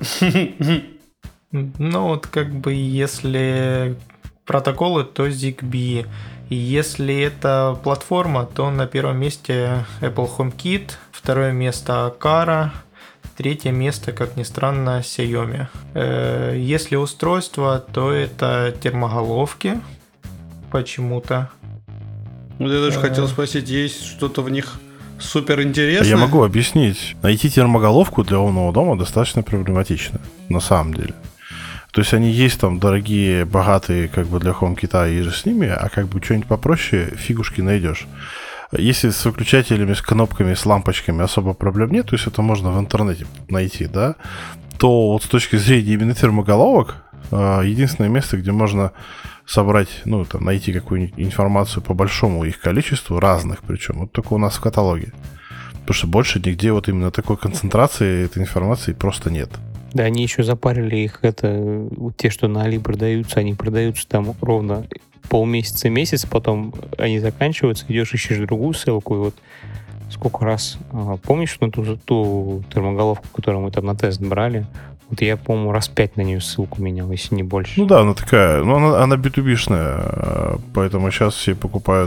Ну, вот как бы если протоколы, то ZigBee. И если это платформа, то на первом месте Apple HomeKit, второе место Aqara, третье место, как ни странно, Xiaomi. Если устройство, то это термоголовки почему-то. Вот я даже хотел спросить, есть что-то в них супер интересное? Я могу объяснить. Найти термоголовку для умного дома достаточно проблематично, на самом деле. То есть они есть там дорогие, богатые, как бы для HomeKit и же с ними, а как бы что-нибудь попроще фигушки найдешь. Если с выключателями, с кнопками, с лампочками особо проблем нет, то есть это можно в интернете найти, да, то вот с точки зрения именно термоголовок, единственное место, где можно собрать, ну, там, найти какую-нибудь информацию по большому их количеству, разных причем, вот только у нас в каталоге. Потому что больше нигде вот именно такой концентрации этой информации просто нет. Да, они еще запарили их, это те, что на Али продаются, они продаются там ровно полмесяца, месяц, потом они заканчиваются, идешь, ищешь другую ссылку, и вот сколько раз, помнишь ту термоголовку, которую мы там на тест брали, вот я, по-моему, раз 5 на нее ссылку менял, если не больше. Ну да, она такая, ну она B2B-шная, поэтому сейчас все покупают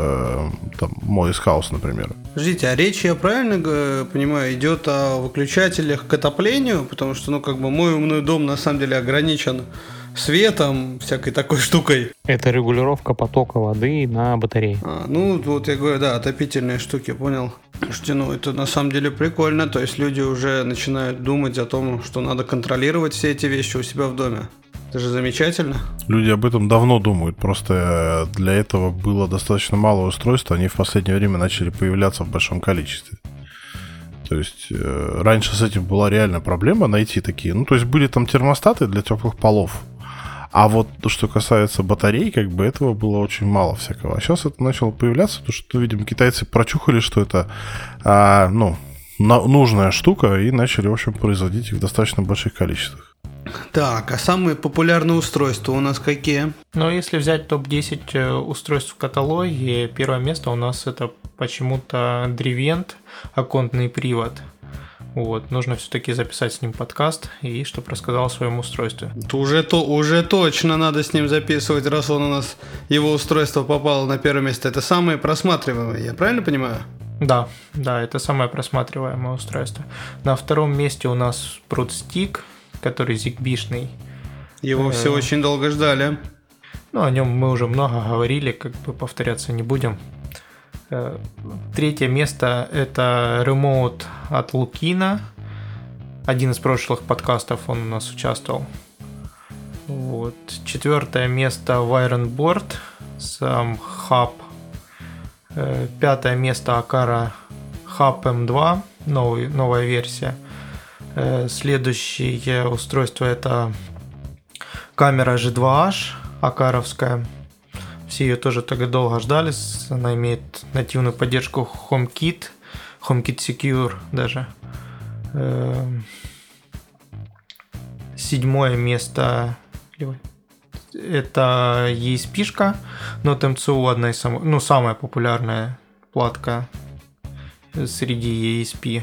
там Morris House, например. Подождите, а речь, я правильно понимаю, идет о выключателях к отоплению, потому что, ну, как бы мой умный дом на самом деле ограничен светом, всякой такой штукой. Это регулировка потока воды на батарее. Ну, вот я говорю, да, отопительные штуки, понял. Слушайте, ну это на самом деле прикольно, то есть люди уже начинают думать о том, что надо контролировать все эти вещи у себя в доме. Это же замечательно. Люди об этом давно думают, просто для этого было достаточно мало устройств, они в последнее время начали появляться в большом количестве. То есть раньше с этим была реально проблема найти такие. Ну, то есть были там термостаты для теплых полов. А вот что касается батарей, как бы этого было очень мало всякого. А сейчас это начало появляться, потому что, видимо, китайцы прочухали, что это, нужная штука, и начали, в общем, производить их в достаточно больших количествах. Так, а самые популярные устройства у нас какие? Но если взять топ-10 устройств в каталоге, первое место у нас это почему-то Drivent, оконный привод. Вот, нужно все-таки записать с ним подкаст и чтобы рассказал о своем устройстве. Уже точно надо с ним записывать, раз он у нас, его устройство попало на первое место. Это самые просматриваемые, я правильно понимаю? Да, это самое просматриваемое устройство. На втором месте у нас Broadstick, который зигбишный. Его все очень долго ждали. Ну, о нем мы уже много говорили, как бы повторяться не будем. Третье место это Remote от Lukina. Один из прошлых подкастов он у нас участвовал. Вот. Четвертое место Wirenboard, сам хаб. Пятое место Aqara Hub M2, новая версия. Следующее устройство это камера G2H, акаровская. Все ее тоже так долго ждали. Она имеет нативную поддержку HomeKit Secure даже. Седьмое место это ESP-шка, Note MCU, одна из самая популярная платка среди ESP.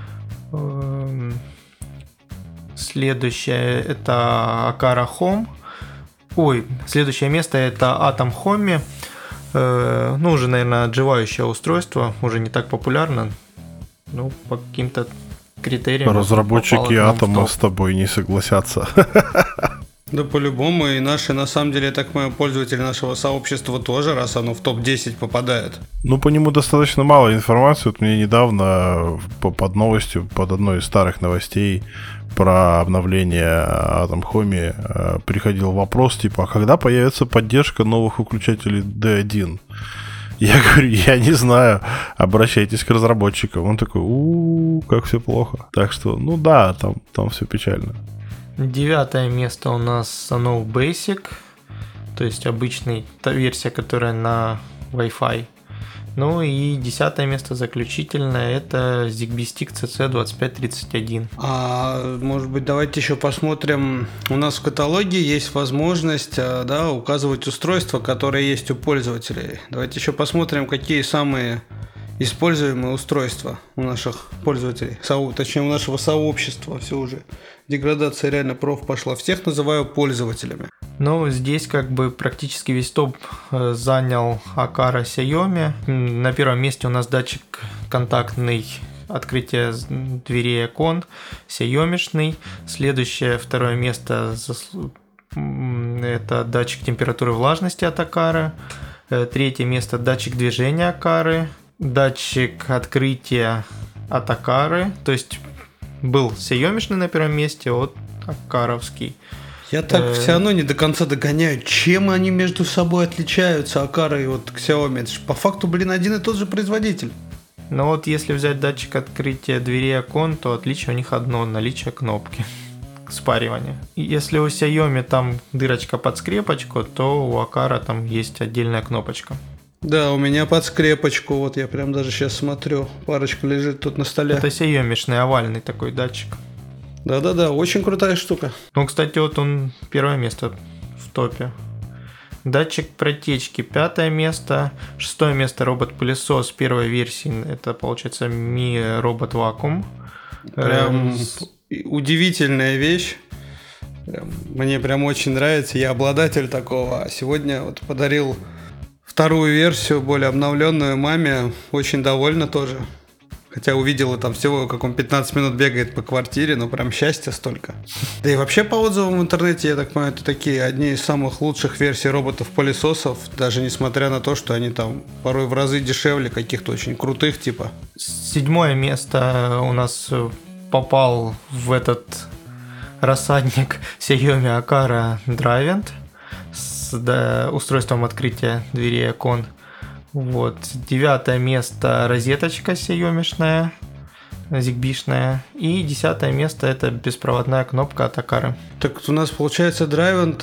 Следующее это Aqara Home. Следующее место это Atom Home. Уже, наверное, отживающее устройство, уже не так популярно. По каким-то критериям. Разработчики Атома с тобой не согласятся. Да по-любому, и наши, на самом деле, я так понимаю, пользователи нашего сообщества тоже, раз оно в топ-10 попадает. По нему достаточно мало информации. Вот мне недавно под новостью, под одной из старых новостей про обновление Atom Home приходил вопрос, типа, а когда появится поддержка новых выключателей D1? Я говорю, я не знаю, обращайтесь к разработчикам. Он такой, как все плохо. Так что, там все печально. Девятое место у нас Sanow Basic, то есть обычная та версия, которая на Wi-Fi. И 10 место заключительное это ZigBee Stick CC2531. Может быть, давайте еще посмотрим. У нас в каталоге есть возможность указывать устройства, которые есть у пользователей. Давайте еще посмотрим, какие самые используемые устройства у наших пользователей, точнее у нашего сообщества. Все уже деградация реально пошла. Всех называю пользователями. Здесь практически весь топ занял Aqara Xiaomi. На первом месте у нас датчик контактный открытия дверей окон, Xiaomi-шный. Следующее, второе место это датчик температуры и влажности от Aqara. Третье место датчик движения Aqara. Датчик открытия от Aqara, то есть был Xiaomi-шный на первом месте, Aqarovский. Я так все равно не до конца догоняю, чем они между собой отличаются, Aqara и Xiaomi. Это же по факту, один и тот же производитель. Если взять датчик открытия дверей окон, то отличие у них одно – наличие кнопки спаривания. Если у Xiaomi там дырочка под скрепочку, то у Aqara там есть отдельная кнопочка. Да, у меня под скрепочку, я прям даже сейчас смотрю, парочка лежит тут на столе. Это Xiaomi-шный овальный такой датчик. Да, очень крутая штука. Кстати, он первое место в топе. Датчик протечки 5 место, 6 место робот-пылесос первой версии, это получается Mi Robot Vacuum. Прям удивительная вещь. Мне прям очень нравится, я обладатель такого. Сегодня подарил вторую версию, более обновленную маме, очень довольна тоже. Хотя увидела там всего, как он 15 минут бегает по квартире, но прям счастья столько. Да и вообще по отзывам в интернете, я так понимаю, это такие одни из самых лучших версий роботов-пылесосов, даже несмотря на то, что они там порой в разы дешевле каких-то очень крутых типа. 7 место у нас попал в этот рассадник Xiaomi Aqara Drivent с устройством открытия дверей окон. 9 место розеточка Xiaomi-шная, ZigBee-шная. И 10 место это беспроводная кнопка от Aqara. Так у нас получается Drivent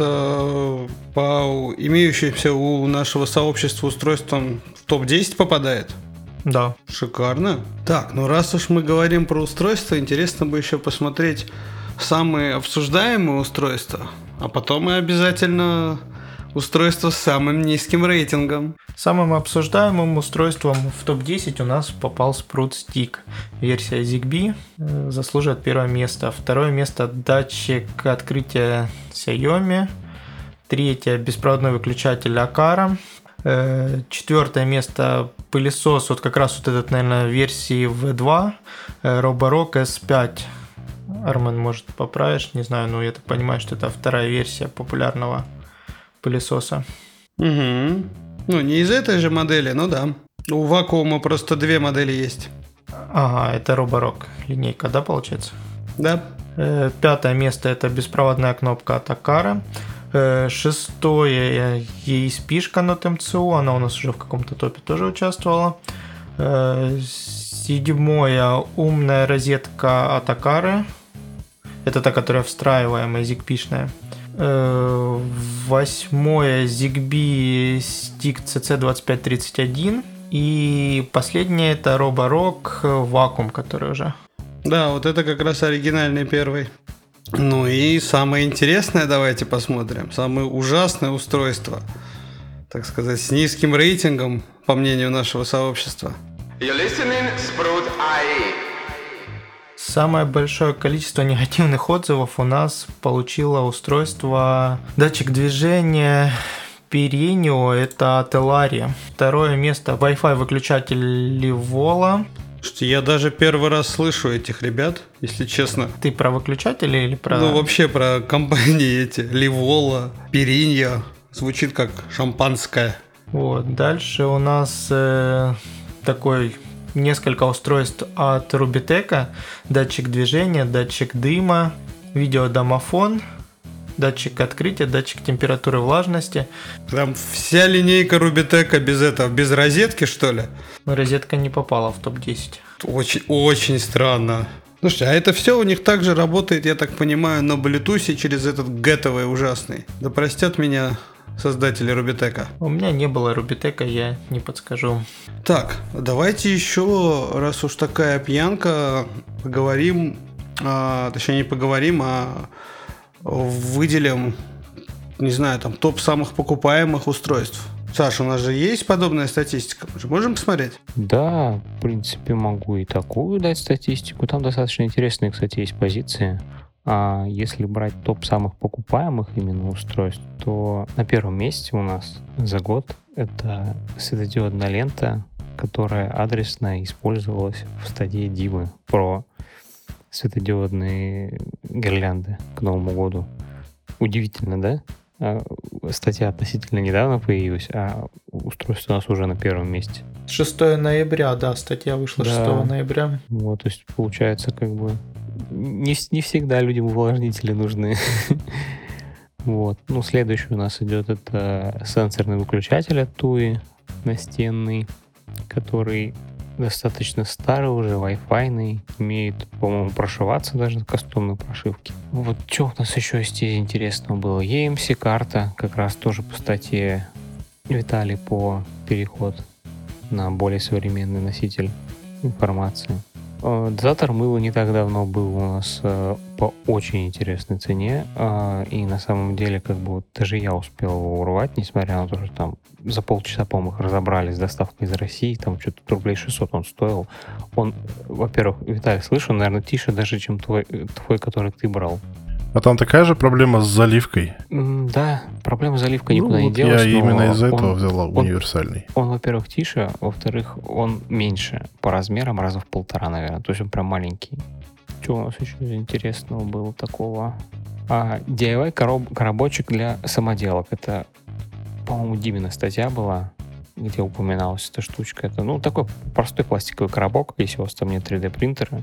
по имеющимся у нашего сообщества устройствам в топ-10 попадает? Да. Шикарно. Так, ну раз уж мы говорим про устройства, интересно бы еще посмотреть самые обсуждаемые устройства, а потом и обязательно устройство с самым низким рейтингом. Самым обсуждаемым устройством в топ-10 у нас попал Sprout Stick. Версия ZigBee заслуживает первое место. Второе место датчик открытия Xiaomi. Третье беспроводной выключатель Aqara. Четвертое место пылесос, вот как раз вот этот, наверное, версии V2 Roborock S5. Армен, может, поправишь, не знаю, но я так понимаю, что это вторая версия популярного пылесоса. Угу. Ну, не из этой же модели, но да. У Вакуума просто две модели есть. Ага, это Roborock линейка, да, получается? Да. Пятое место это беспроводная кнопка от Aqara. Шестое ESP-шка на ТМЦУ, она у нас уже в каком-то топе тоже участвовала. Седьмое умная розетка от Aqara. Это та, которая встраиваемая, ZigBee-шная. Восьмое ZigBee Stick CC2531. И последнее это Roborock Vacuum, который уже. Да, вот это как раз оригинальный первый. Ну и самое интересное давайте посмотрим. Самое ужасное устройство, так сказать, с низким рейтингом, по мнению нашего сообщества. You're listening Sprout AI. Самое большое количество негативных отзывов у нас получило устройство датчик движения Perenio, это от Elaria. Второе место Wi-Fi выключатель Livola. Что я даже первый раз слышу этих ребят, если честно. Ты про выключатели или про... Ну вообще про компании эти Livola, Perenio. Звучит как шампанское. Вот, дальше у нас такой несколько устройств от Rubitech. Датчик движения, датчик дыма, видеодомофон, датчик открытия, датчик температуры влажности. Там вся линейка Rubitech без этого, без розетки, что ли? Розетка не попала в топ-10. Очень, очень странно. Слушайте, а это все у них также работает, я так понимаю, на Bluetooth через этот гетовый ужасный. Да простят меня создатели Rubitech. У меня не было Rubitech, я не подскажу. Так, давайте еще, раз уж такая пьянка, поговорим, точнее не поговорим, а выделим, не знаю, там топ самых покупаемых устройств. Саша, у нас же есть подобная статистика, мы же можем посмотреть? Да, в принципе, могу и такую дать статистику. Там достаточно интересные, кстати, есть позиции. А если брать топ самых покупаемых именно устройств, то на первом месте у нас за год это светодиодная лента, которая адресно использовалась в стадии Дивы про светодиодные гирлянды к Новому году. Удивительно, да? Статья относительно недавно появилась, а устройство у нас уже на первом месте. 6 ноября, да, статья вышла 6 ноября. Вот, то есть получается как бы не всегда людям увлажнители нужны. Вот. Ну, следующий у нас идет это сенсорный выключатель от TUI настенный, который достаточно старый уже, Wi-Fi-ный, умеет, по-моему, прошиваться даже на кастомной прошивке. Вот что у нас еще из интересного было? EMC-карта, как раз тоже по статье Виталий по переход на более современный носитель информации. Дозатор мыла не так давно был у нас по очень интересной цене, и на самом деле как бы вот даже я успел его урвать, несмотря на то, что там за полчаса, по-моему, их разобрали с доставкой из России, там что-то рублей 600 он стоил. Он, во-первых, Виталий, слышу, наверное, тише даже, чем твой, который ты брал. А там такая же проблема с заливкой? Да, проблема с заливкой никуда не делась. Я именно из-за этого взяла универсальный. Он, во-первых, тише, во-вторых, он меньше по размерам, раза в 1,5, наверное. То есть он прям маленький. Что у нас еще интересного было такого? DIY коробочек для самоделок. Это, по-моему, Димина статья была, где упоминалась эта штучка. Это, ну, такой простой пластиковый коробок, если у вас там нет 3D принтера,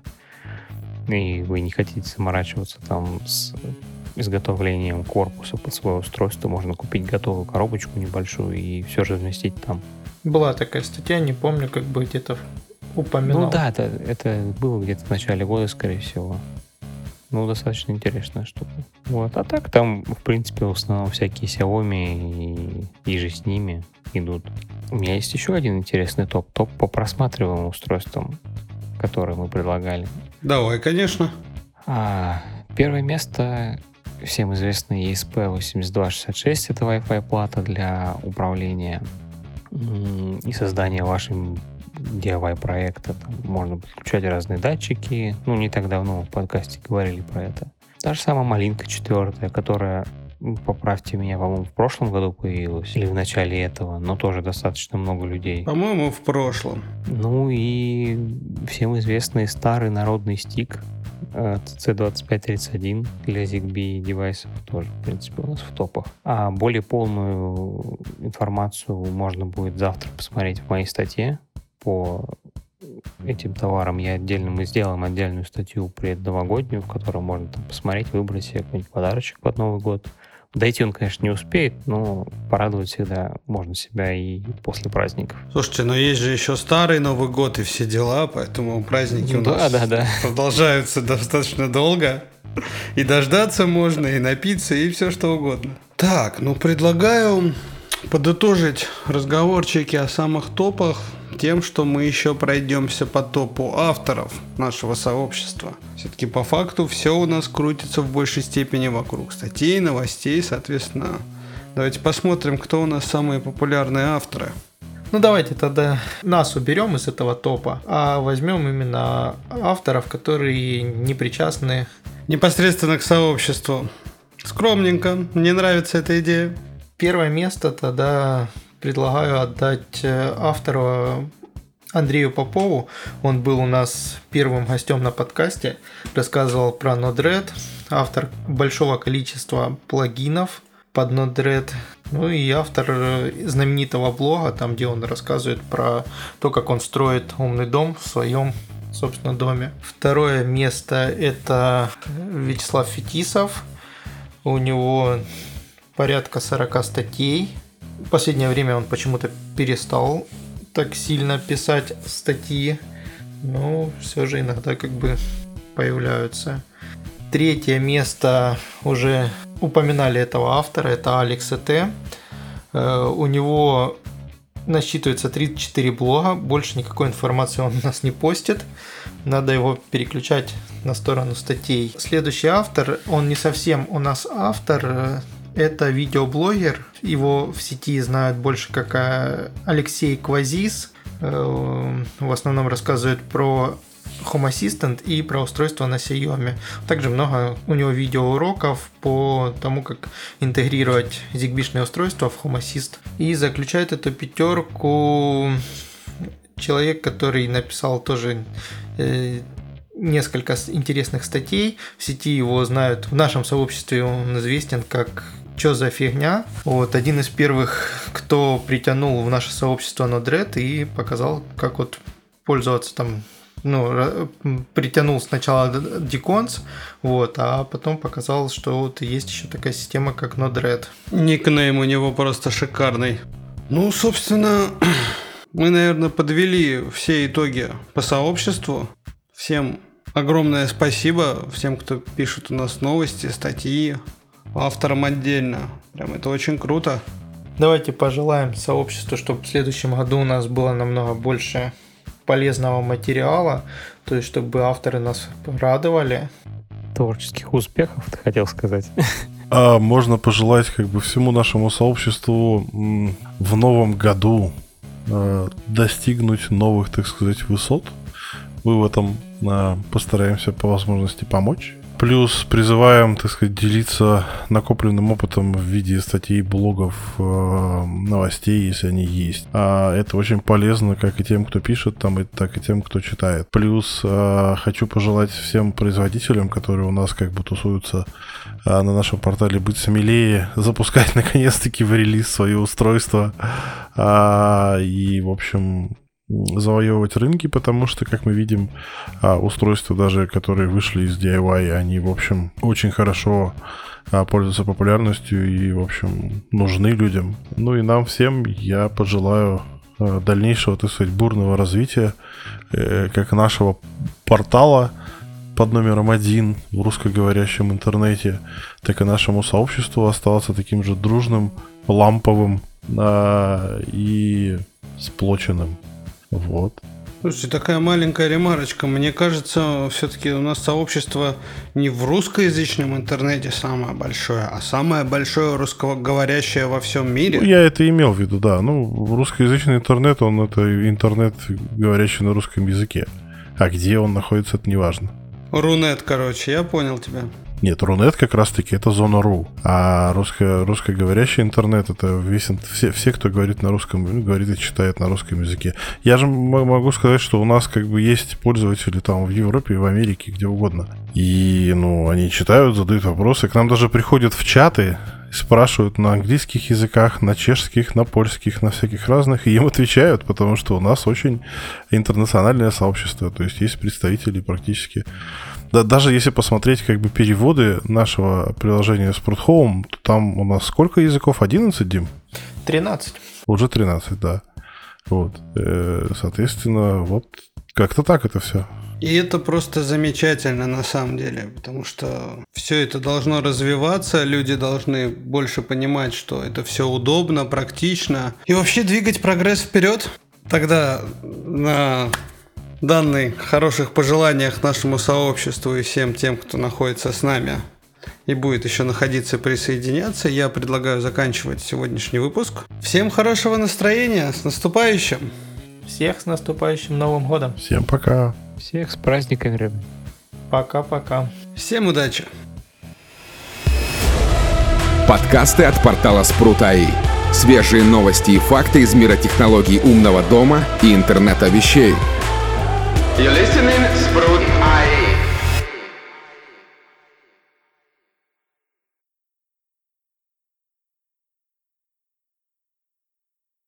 и вы не хотите заморачиваться там с изготовлением корпуса под свое устройство, можно купить готовую коробочку небольшую и все разместить там. Была такая статья, не помню, как бы где-то упоминал. Ну да, это было где-то в начале года, скорее всего. Ну, достаточно интересная штука. Вот. А так там, в принципе, в основном всякие Xiaomi и же с ними идут. У меня есть еще один интересный топ. Топ по просматриваемым устройствам, которые мы предлагали. Давай, конечно. Первое место всем известный ESP8266. Это Wi-Fi плата для управления и создания вашим DIY-проекта. Там можно подключать разные датчики. Не так давно в подкасте говорили про это. Та же самая Малинка 4, которая, поправьте меня, по-моему, в прошлом году появилась. Или в начале этого, но тоже достаточно много людей. По-моему, в прошлом. Ну и всем известный старый народный стик C2531 для ZigBee девайсов тоже, в принципе, у нас в топах. А более полную информацию можно будет завтра посмотреть в моей статье по этим товарам. Мы сделаем отдельную статью предновогоднюю, в которой можно там посмотреть, выбрать себе какой-нибудь подарочек под Новый год. Дойти он, конечно, не успеет, но порадовать всегда можно себя и после праздников. Слушайте, но есть же еще старый Новый год и все дела, поэтому праздники у нас продолжаются достаточно долго. И дождаться можно, и напиться, и все что угодно. Так, предлагаю подытожить разговорчики о самых топах тем, что мы еще пройдемся по топу авторов нашего сообщества. Все-таки по факту все у нас крутится в большей степени вокруг статей, новостей, соответственно. Давайте посмотрим, кто у нас самые популярные авторы. Давайте тогда нас уберем из этого топа, а возьмем именно авторов, которые не причастны непосредственно к сообществу. Скромненько, мне нравится эта идея. Первое место тогда предлагаю отдать автору Андрею Попову. Он был у нас первым гостем на подкасте, рассказывал про Node-RED, автор большого количества плагинов под Node-RED, и автор знаменитого блога, там, где он рассказывает про то, как он строит умный дом в своем собственном доме. Второе место – это Вячеслав Фетисов. У него порядка 40 статей. В последнее время он почему-то перестал так сильно писать статьи, но все же иногда появляются. Третье место, уже упоминали этого автора, это Алекс Т. У него насчитывается 34 блога, больше никакой информации он у нас не постит. Надо его переключать на сторону статей. Следующий автор, он не совсем у нас автор, это видеоблогер, его в сети знают больше как Алексей Квазис, в основном рассказывает про Home Assistant и про устройство на Xiaomi. Также много у него видеоуроков по тому, как интегрировать ZigBee-шные устройства в Home Assist. И заключает эту пятерку человек, который написал тоже несколько интересных статей. В сети его знают, в нашем сообществе он известен как «Чё за фигня?». Один из первых, кто притянул в наше сообщество Node-RED и показал, как пользоваться там. Притянул сначала Dicons, а потом показал, что есть еще такая система, как Node-RED. Никнейм у него просто шикарный. Собственно, мы, наверное, подвели все итоги по сообществу. Всем огромное спасибо, всем, кто пишет у нас новости, статьи, авторам отдельно. Прям это очень круто. Давайте пожелаем сообществу, чтобы в следующем году у нас было намного больше полезного материала, то есть чтобы авторы нас радовали. Творческих успехов, ты хотел сказать? Можно пожелать всему нашему сообществу в новом году достигнуть новых, так сказать, высот. Мы в этом постараемся по возможности помочь. Плюс призываем, так сказать, делиться накопленным опытом в виде статей, блогов, новостей, если они есть. Это очень полезно как и тем, кто пишет там, так и тем, кто читает. Плюс хочу пожелать всем производителям, которые у нас тусуются на нашем портале, быть смелее, запускать наконец-таки в релиз свои устройства и, в общем, завоевывать рынки, потому что, как мы видим, устройства даже, которые вышли из DIY, они, в общем, очень хорошо пользуются популярностью и, в общем, нужны людям. И нам всем я пожелаю дальнейшего, так сказать, бурного развития как нашего портала, под номером 1 в русскоговорящем интернете, так и нашему сообществу остался таким же дружным, ламповым и сплоченным. Вот. Слушайте, такая маленькая ремарочка. Мне кажется, все-таки у нас сообщество не в русскоязычном интернете самое большое, а самое большое русскоговорящее во всем мире. Ну, я это имел в виду, да. Ну, русскоязычный интернет, он это интернет, говорящий на русском языке. А где он находится, это не важно. Рунет, короче, я понял тебя. Нет, Рунет как раз-таки это зона .ру, а русскоговорящий интернет это все, кто говорит на русском, говорит и читает на русском языке. Я же могу сказать, что у нас как бы есть пользователи там в Европе, в Америке, где угодно. И, они читают, задают вопросы, к нам даже приходят в чаты, спрашивают на английских языках, на чешских, на польских, на всяких разных, и им отвечают, потому что у нас очень интернациональное сообщество, то есть представители практически. Да, даже если посмотреть как бы переводы нашего приложения Sprout Home, то там у нас сколько языков? 11, Дим? 13. Уже 13, да. Вот. Соответственно, вот как-то так это все. И это просто замечательно на самом деле, потому что все это должно развиваться, люди должны больше понимать, что это все удобно, практично, и вообще двигать прогресс вперед. Тогда на данных хороших пожеланиях нашему сообществу и всем тем, кто находится с нами и будет еще находиться и присоединяться, я предлагаю заканчивать сегодняшний выпуск. Всем хорошего настроения, с наступающим! Всех с наступающим Новым годом! Всем пока! Всех с праздниками, ребят. Пока-пока. Всем удачи! Подкасты от портала Sprout.ai. Свежие новости и факты из мира технологий умного дома и интернета вещей. You're listening, Sprout.